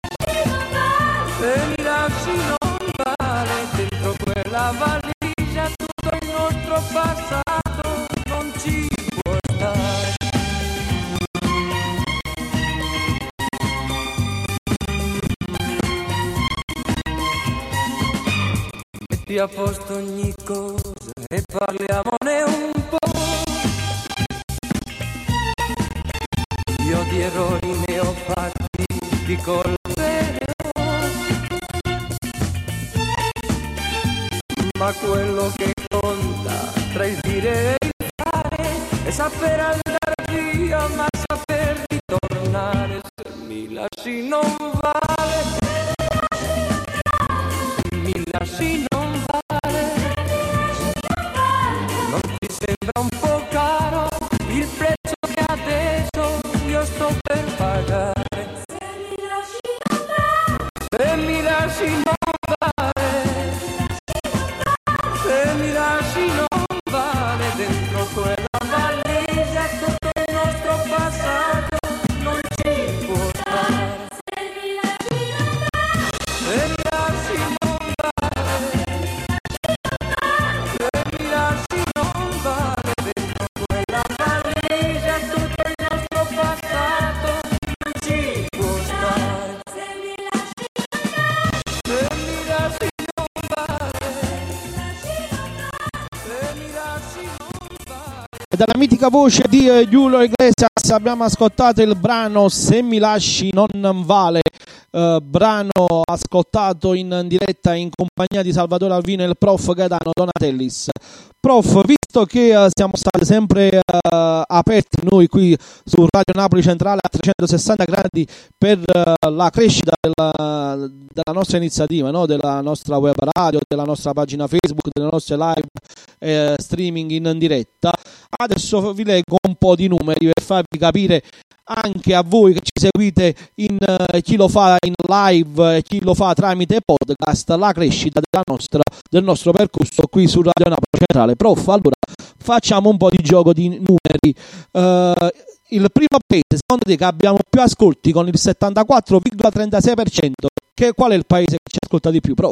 metti a posto ogni cosa e parliamone un po'. Io di errori ne ho fatti, di colpe ne ho, ma quello che conta tra il dire e il fare è saper andare via, ma saper ritornare. Se mi lasci non vale, se mi lasci non vale, non ti sembra un po' caro il prezzo che adesso io sto per pagare? Se mi lasci non vale, se mi lasci non vale, se mi lasci non vale, dentro quella valigia tutto il nostro passato non ci può stare. Se mi lasci non vale, se mi lasci non vale, se mi lasci non vale, dentro quella valigia tutto il nostro passato non ci può stare. Se mi lasci non vale, se mi lasci non vale.
Dalla mitica voce di eh, Julio Iglesias abbiamo ascoltato il brano Se mi lasci non vale, eh, brano ascoltato in diretta in compagnia di Salvatore Alvino e il prof Gaetano Donatellis. Prof, visto che eh, siamo stati sempre eh, aperti noi qui su Radio Napoli Centrale a trecentosessanta gradi per eh, la crescita della, della nostra iniziativa, no? Della nostra web radio, della nostra pagina Facebook, delle nostre live eh, streaming in diretta, adesso vi leggo un po' di numeri per farvi capire anche a voi che ci seguite in uh, chi lo fa in live e chi lo fa tramite podcast la crescita della nostra, del nostro percorso qui su Radio Napoli Centrale. Prof, allora facciamo un po' di gioco di numeri. Uh, il primo paese secondo te che abbiamo più ascolti con il settantaquattro virgola trentasei per cento, che qual è il paese che ci ascolta di più, prof?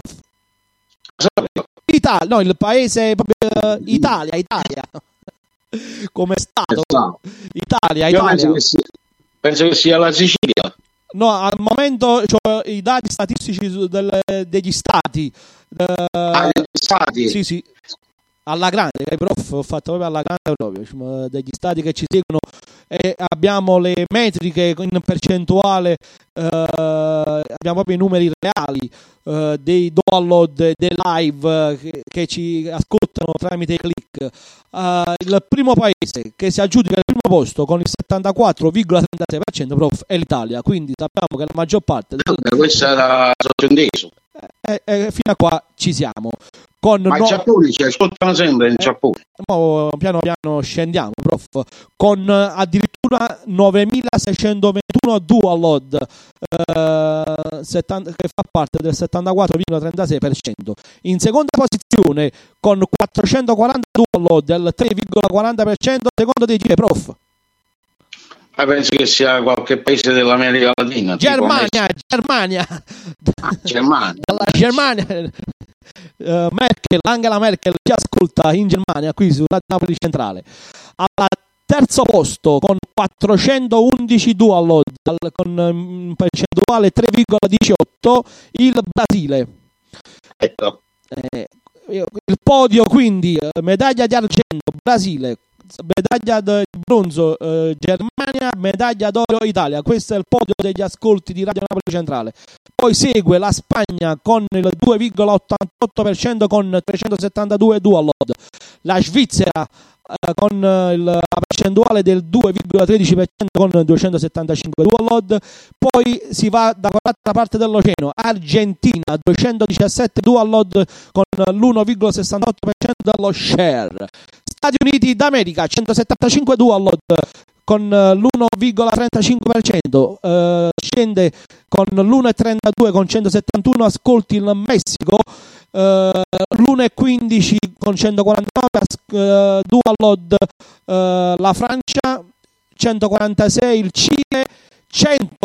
Italia, no, il paese proprio uh, Italia, Italia. Come stato, Italia,
Io
Italia.
penso che, sia, penso che sia la Sicilia.
No, al momento cioè, i dati statistici su- del- degli stati. eh,
Ah, degli stati?
Sì, sì. Alla grande, eh, prof, ho fatto proprio alla grande proprio, diciamo, degli stati che ci seguono e abbiamo le metriche in percentuale, eh, abbiamo proprio i numeri reali eh, dei download, dei live eh, che, che ci ascoltano tramite i click. Eh, il primo paese che si aggiudica il primo posto con il settantaquattro virgola trentasei per cento, prof, è l'Italia, quindi sappiamo che la maggior parte del...
Eh, questa era sottinteso.
eh, eh, fino a qua ci siamo. Con
Ma
no...
in Giappone ci ascoltano sempre in Giappone.
Mo, piano piano scendiamo, prof, con eh, addirittura novemilaseicentoventuno download, eh, settanta, che fa parte del settantaquattro virgola trentasei per cento. In seconda posizione con quattrocentoquaranta download, del tre virgola quaranta per cento. Secondo te chi è, prof?
Ma penso che sia qualche paese dell'America Latina.
Germania, Germania.
Ah, Germania.
Dalla Germania. Uh, Merkel, Angela Merkel ci ascolta in Germania qui su Radio Napoli Centrale. Al terzo posto con quattrocentoundici download, con um, percentuale tre virgola diciotto, il Brasile.
Ecco.
Eh, il podio quindi eh, medaglia di argento Brasile, medaglia di bronzo eh, Germania, medaglia d'oro Italia. Questo è il podio degli ascolti di Radio Napoli Centrale. Poi segue la Spagna con il due virgola ottantotto per cento con trecentosettantadue download, la Svizzera eh, con eh, la percentuale del due virgola tredici per cento con duecentosettantacinque download. Poi si va da quell'altra parte dell'oceano, Argentina duecentodiciassette download con l'uno virgola sessantotto per cento dello share. Stati Uniti d'America centosettantacinque download con l'uno virgola trentacinque per cento, eh, scende con l'uno virgola trentadue con centosettantuno ascolti il Messico, eh, l'uno virgola quindici con centoquarantanove eh, download eh, la Francia, centoquarantasei il Cile, cento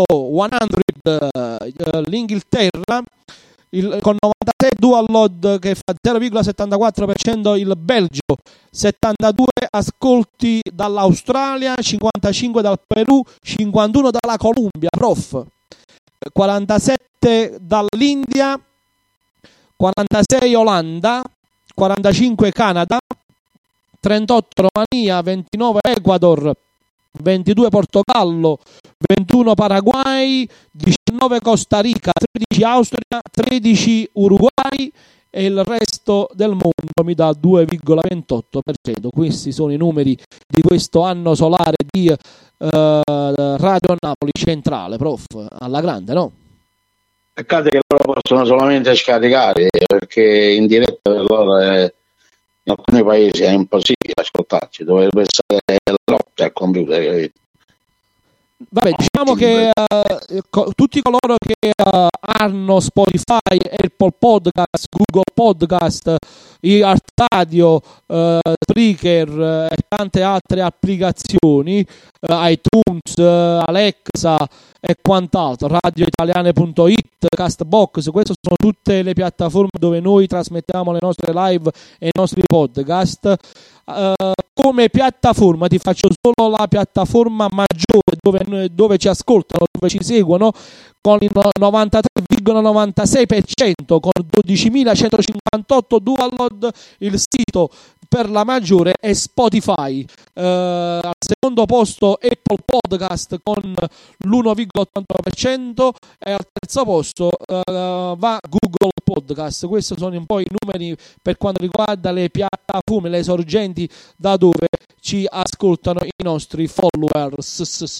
eh, l'Inghilterra, il, con novantasei download che fa zero virgola settantaquattro per cento il Belgio, settantadue ascolti dall'Australia, cinquantacinque dal Perù, cinquantuno dalla Colombia, prof, quarantasette dall'India, quarantasei Olanda, quarantacinque Canada, trentotto Romania, ventinove Ecuador, ventidue Portogallo, ventuno Paraguay, diciannove Costa Rica, tredici Austria, tredici Uruguay e il resto del mondo mi dà due virgola ventotto per cento. Questi sono i numeri di questo anno solare di uh, Radio Napoli Centrale, prof, alla grande, no?
Peccato che loro possono solamente scaricare, perché in diretta per loro è, in alcuni paesi è impossibile ascoltarci, dovrebbe essere la notte al computer, capito?
Vabbè, diciamo che uh, co- tutti coloro che uh, hanno Spotify, Apple Podcast, Google Podcast, iHeart Radio, uh, Spreaker uh, e tante altre applicazioni, uh, iTunes, uh, Alexa e quant'altro, radioitaliane punto it, Castbox, queste sono tutte le piattaforme dove noi trasmettiamo le nostre live e i nostri podcast. Uh, come piattaforma ti faccio solo la piattaforma maggiore dove, dove ci ascoltano, dove ci seguono, con il novantatré virgola novantasei per cento, con dodicimilacentocinquantotto download. Il sito per la maggiore è Spotify, uh, al secondo posto Apple Podcast con l'uno virgola ottantotto per cento e al terzo posto uh, va Google Podcast. Questi sono un po' i numeri per quanto riguarda le piattaforme, le sorgenti da dove ci ascoltano i nostri followers.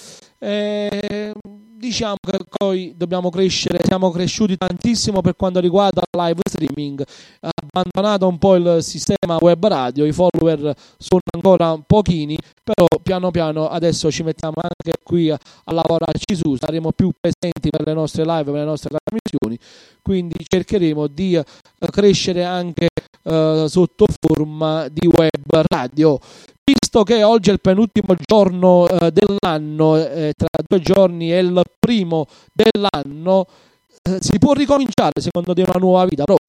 E diciamo che poi dobbiamo crescere, siamo cresciuti tantissimo per quanto riguarda il live streaming, abbandonato un po' il sistema web radio, i follower sono ancora pochini, però piano piano adesso ci mettiamo anche qui a, a lavorarci su, saremo più presenti per le nostre live, per le nostre trasmissioni, quindi cercheremo di uh, crescere anche uh, sotto forma di web radio. Visto che oggi è il penultimo giorno eh, dell'anno, eh, tra due giorni è il primo dell'anno, eh, si può ricominciare secondo te una nuova vita, prof?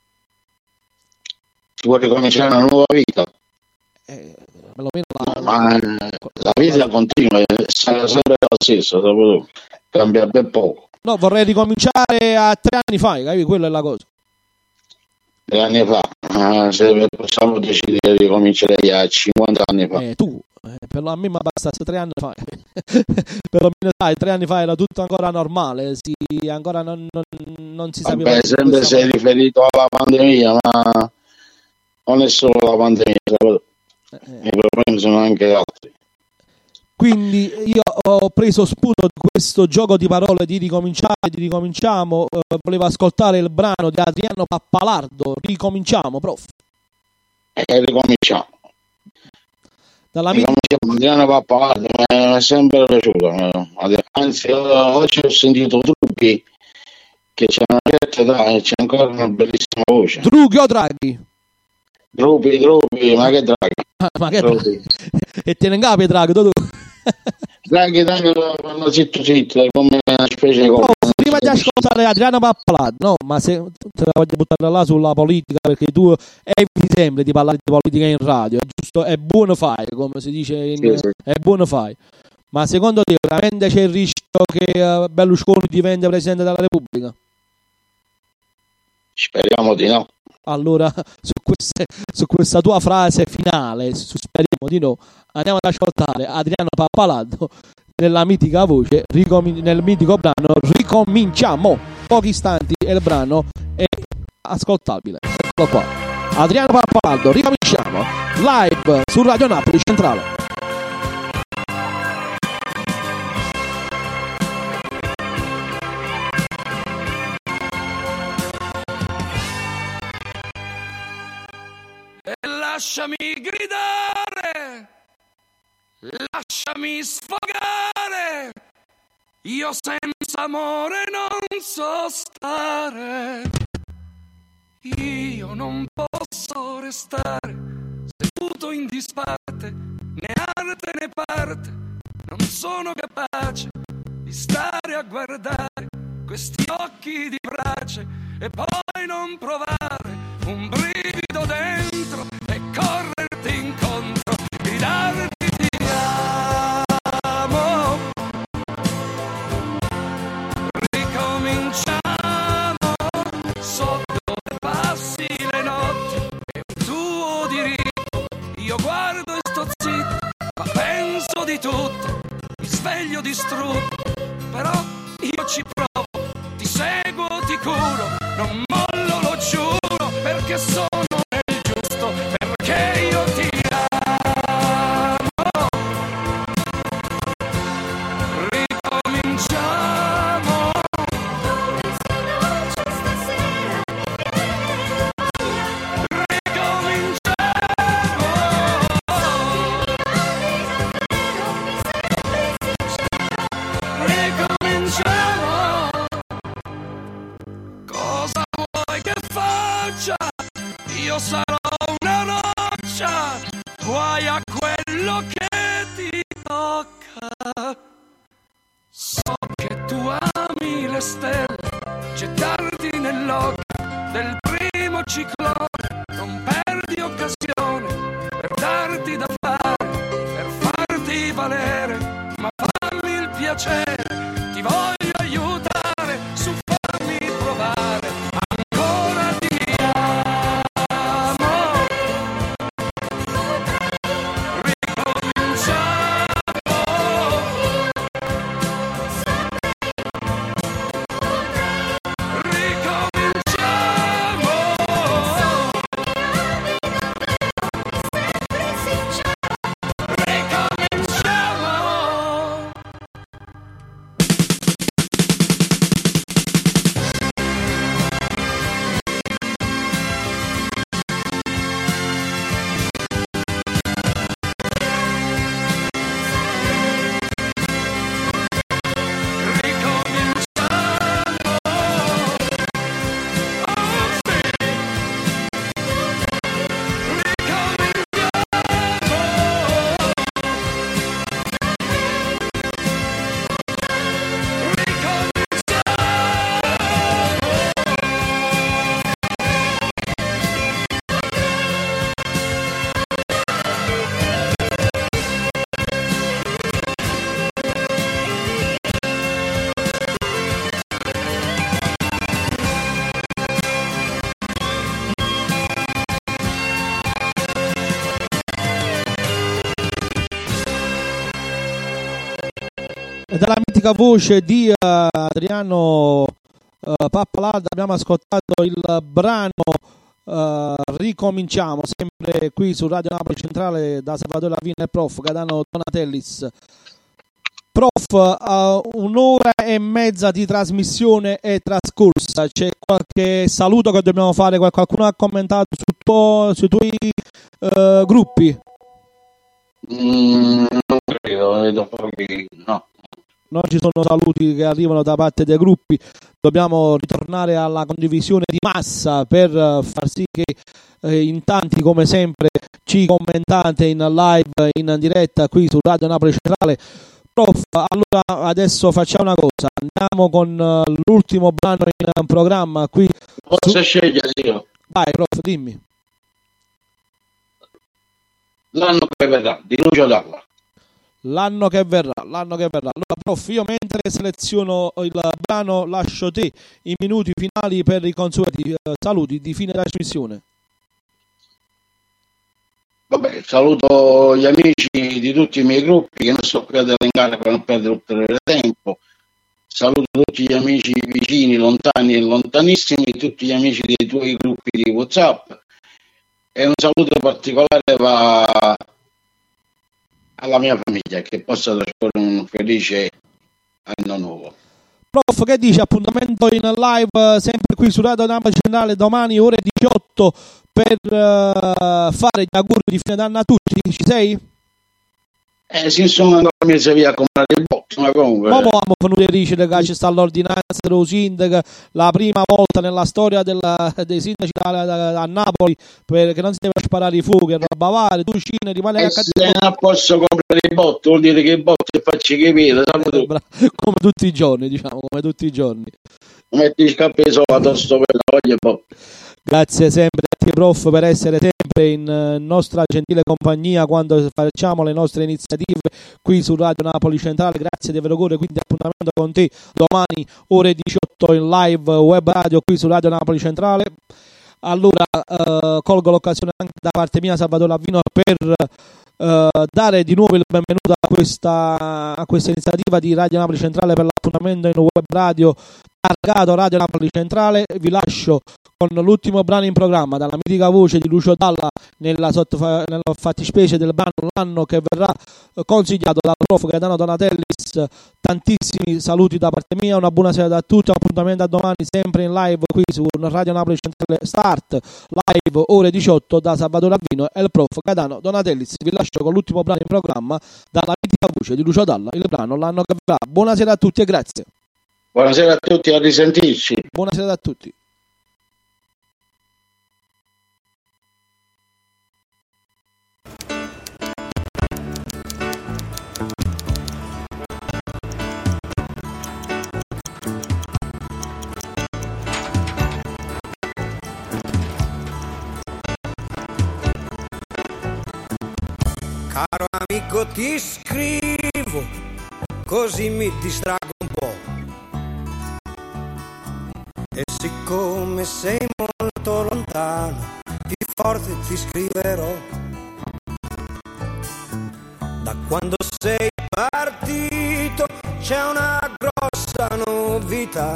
Si può ricominciare una nuova vita?
Eh, la...
Ma la vita continua, sarà sempre lo stesso, dopo cambia ben poco.
No, vorrei ricominciare a tre anni fa, capi? Quella è la cosa.
Tre anni fa, ah, se possiamo decidere di cominciare a cinquanta anni fa.
Eh, tu, eh, per a me mi bastasse tre anni fa. Perlomeno sai, tre anni fa era tutto ancora normale, si, ancora non, non, non si sapeva.
Vabbè, sempre sei riferito alla pandemia, ma non è solo la pandemia, eh, eh. I problemi sono anche altri.
Quindi io ho preso spunto di questo gioco di parole di ricominciare, di ricominciamo, eh, volevo ascoltare il brano di Adriano Pappalardo, ricominciamo, prof.
E eh, ricominciamo.
Dalla
ricominciamo. Adriano Pappalardo mi è sempre piaciuto, anzi oggi ho sentito Drughi che c'è una certa età e c'è ancora una bellissima voce.
Drughi o Draghi?
Drughi, Drughi, ma che Draghi?
Ah, ma che Draghi? E te ne capi Draghi, tu?
Draghi, Draghi, vanno zitto zitto, come una specie di
no, prima di ascoltare Adriano Pappalardo, no, ma se te la voglio buttare là sulla politica, perché tu eviti sempre di parlare di politica in radio, è giusto, è buono fai, come si dice in,
sì, sì.
È buono fai. Ma secondo te veramente c'è il rischio che uh, Berlusconi diventi Presidente della Repubblica?
Speriamo di no.
Allora, su, queste, su questa tua frase finale, su speriamo di no, andiamo ad ascoltare Adriano Pappalardo nella mitica voce, ricomin- nel mitico brano Ricominciamo. Pochi istanti e il brano è ascoltabile. Eccolo qua. Adriano Pappalardo, Ricominciamo, live su Radio Napoli Centrale.
Lasciami gridare, lasciami sfogare, io senza amore non so stare, io non posso restare seduto in disparte, né arte né parte, non sono capace di stare a guardare questi occhi di brace e poi non provare un brivido dentro e correrti incontro, gridarti ti amo. Ricominciamo sotto io distrutto, però io ci provo, ti seguo, ti curo, non mollo, lo giuro, perché sono nel giusto, perché io ti amo. Ricominciamo. Cosa vuoi che faccia? Io sarò una roccia, guai a quello che ti tocca. So che tu ami le stelle, gettarti nell'occhio del primo ciclone, non perdi occasione per darti da fare, per farti valere, ma fammi il piacere, ti voglio aiutare, su fammi provare, ancora ti amo.
Dalla mitica voce di uh, Adriano uh, Pappalada abbiamo ascoltato il brano uh, Ricominciamo, sempre qui su Radio Napoli Centrale, da Salvatore Lavina e Prof Gaetano Donatellis. Prof, uh, un'ora e mezza di trasmissione è trascorsa, c'è qualche saluto che dobbiamo fare? Qualcuno ha commentato su tuo, sui tuoi uh, gruppi?
Mm, non credo, vedo pochi, no.
Non ci sono saluti che arrivano da parte dei gruppi, dobbiamo ritornare alla condivisione di massa per far sì che eh, in tanti come sempre ci commentate in live, in diretta qui su Radio Napoli Centrale. Prof, allora adesso facciamo una cosa, andiamo con uh, l'ultimo brano in programma qui.
Posso
su...
scegliere io?
Vai Prof, dimmi.
L'anno che verrà, di Lucio Dalla.
L'anno che verrà, l'anno che verrà. Allora, prof, io mentre seleziono il brano lascio te i minuti finali per i consueti eh, saluti di fine trasmissione.
Vabbè, saluto gli amici di tutti i miei gruppi, che non sto qui ad elencare per non perdere ulteriore tempo. Saluto tutti gli amici vicini, lontani e lontanissimi, tutti gli amici dei tuoi gruppi di WhatsApp. E un saluto particolare va alla mia famiglia, che possa trascorrere un felice anno nuovo.
Prof, che dice? Appuntamento in live sempre qui su Radio Napoli Centrale domani ore diciotto per uh, fare gli auguri di fine d'anno a tutti. Ci sei?
Eh sì, insomma, ancora mi serve a comprare il box, ma comunque...
Ma abbiamo venuto a dire che ci sta l'ordinanza dello sindaco, la prima volta nella storia della, dei sindaci a, a, a Napoli, perché non si deve sparare i fuochi, roba varia, tu scene, rimane
eh,
a
casa. Se non posso comprare il botto, vuol dire che il botto è faccio capire,
come tutti i giorni, diciamo, come tutti i giorni.
Metti il scappeso addosso per la voglia botto.
Grazie sempre a te, prof, per essere sempre in uh, nostra gentile compagnia quando facciamo le nostre iniziative qui su Radio Napoli Centrale. Grazie di aver cuore, quindi appuntamento con te domani ore diciotto in live web radio qui su Radio Napoli Centrale. Allora uh, colgo l'occasione anche da parte mia, Salvatore Lavino, per eh, dare di nuovo il benvenuto a questa, a questa iniziativa di Radio Napoli Centrale per l'appuntamento in web radio targato Radio Napoli Centrale. Vi lascio con l'ultimo brano in programma dalla mitica voce di Lucio Dalla nella, sottofa- nella fattispecie del brano L'anno, che verrà eh, consigliato dal prof Gaetano Donatellis. Tantissimi saluti da parte mia, una buona sera a tutti, appuntamento a domani sempre in live qui su Radio Napoli Centrale Start live ore diciotto da Salvatore Alvino e il prof Gaetano Donatellis. Vi lascio con l'ultimo brano in programma dalla mitica voce di Lucio Dalla, il brano L'anno che verrà. Buonasera a tutti e grazie.
Buonasera a tutti, a risentirci.
Buonasera a tutti.
Caro amico, ti scrivo, così mi distraggo un po'. E siccome sei molto lontano, più forte ti scriverò. Da quando sei partito c'è una grossa novità.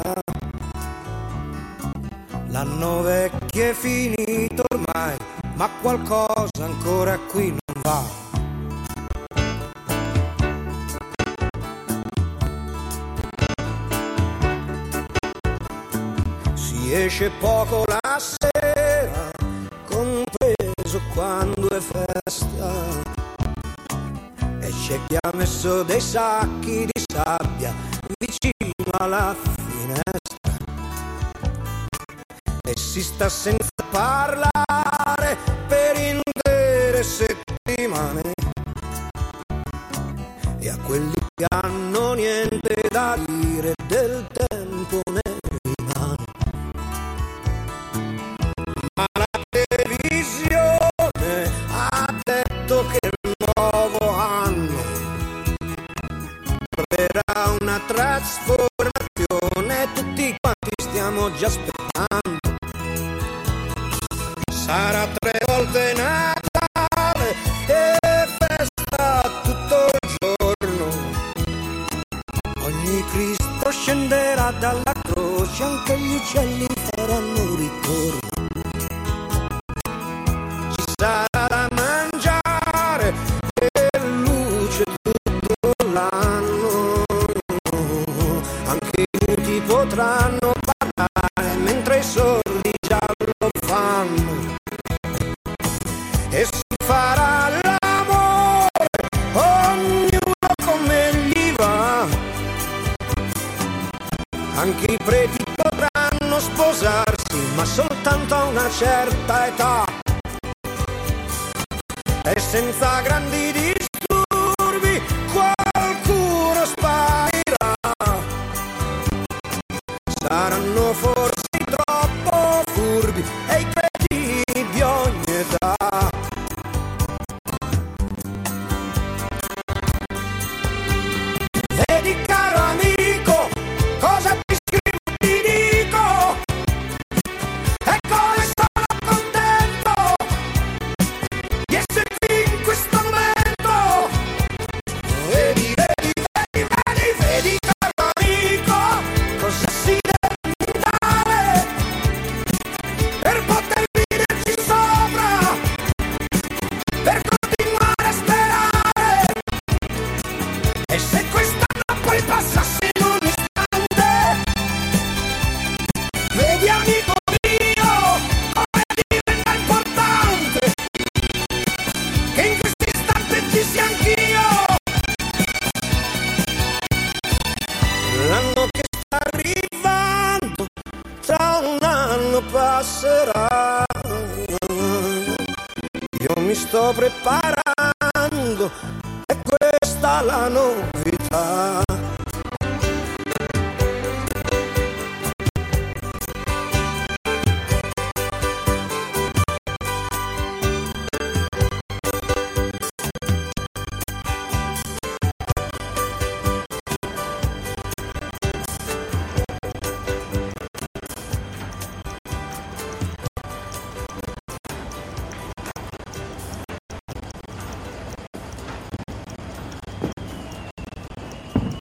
L'anno vecchio è finito ormai, ma qualcosa ancora qui non va. Si esce poco la sera, compreso quando è festa, e c'è chi ha messo dei sacchi di sabbia vicino alla finestra e si sta senza parlare per intere settimane, e a quelli che hanno niente da dire del tempo ne rimane. Ma la televisione ha detto che il nuovo anno porterà una trasformazione, tutti quanti stiamo già aspettando. Sarà tre volte Natale e festa tutto il giorno. Ogni Cristo scenderà dalla croce, anche gli uccelli faranno ritorno. Ci sarà da mangiare e luce tutto l'anno. Anche i muti potranno parlare mentre i sordi già lo fanno. E si farà l'amore, ognuno come gli va. Anche i preti potranno sposarsi, ma soltanto a una certa età. E senza grandi disturbi qualcuno sparirà. Saranno forse troppo furbi e i cretini di ogni età. Vedi caro amico, cosa ti scrivo ti dico, e come sono contento di essere qui in questo momento. Vedi, vedi, vedi, vedi, vedi caro amico, cosa si deve inventare per poter viverci sopra, per continuare a sperare. E se quest'anno poi passasse in un istante, vedi amico mio come diventa importante che in questo istante ci sia anch'io. L'anno che sta arrivando tra un anno passerà. Io mi sto preparando e questa la novità.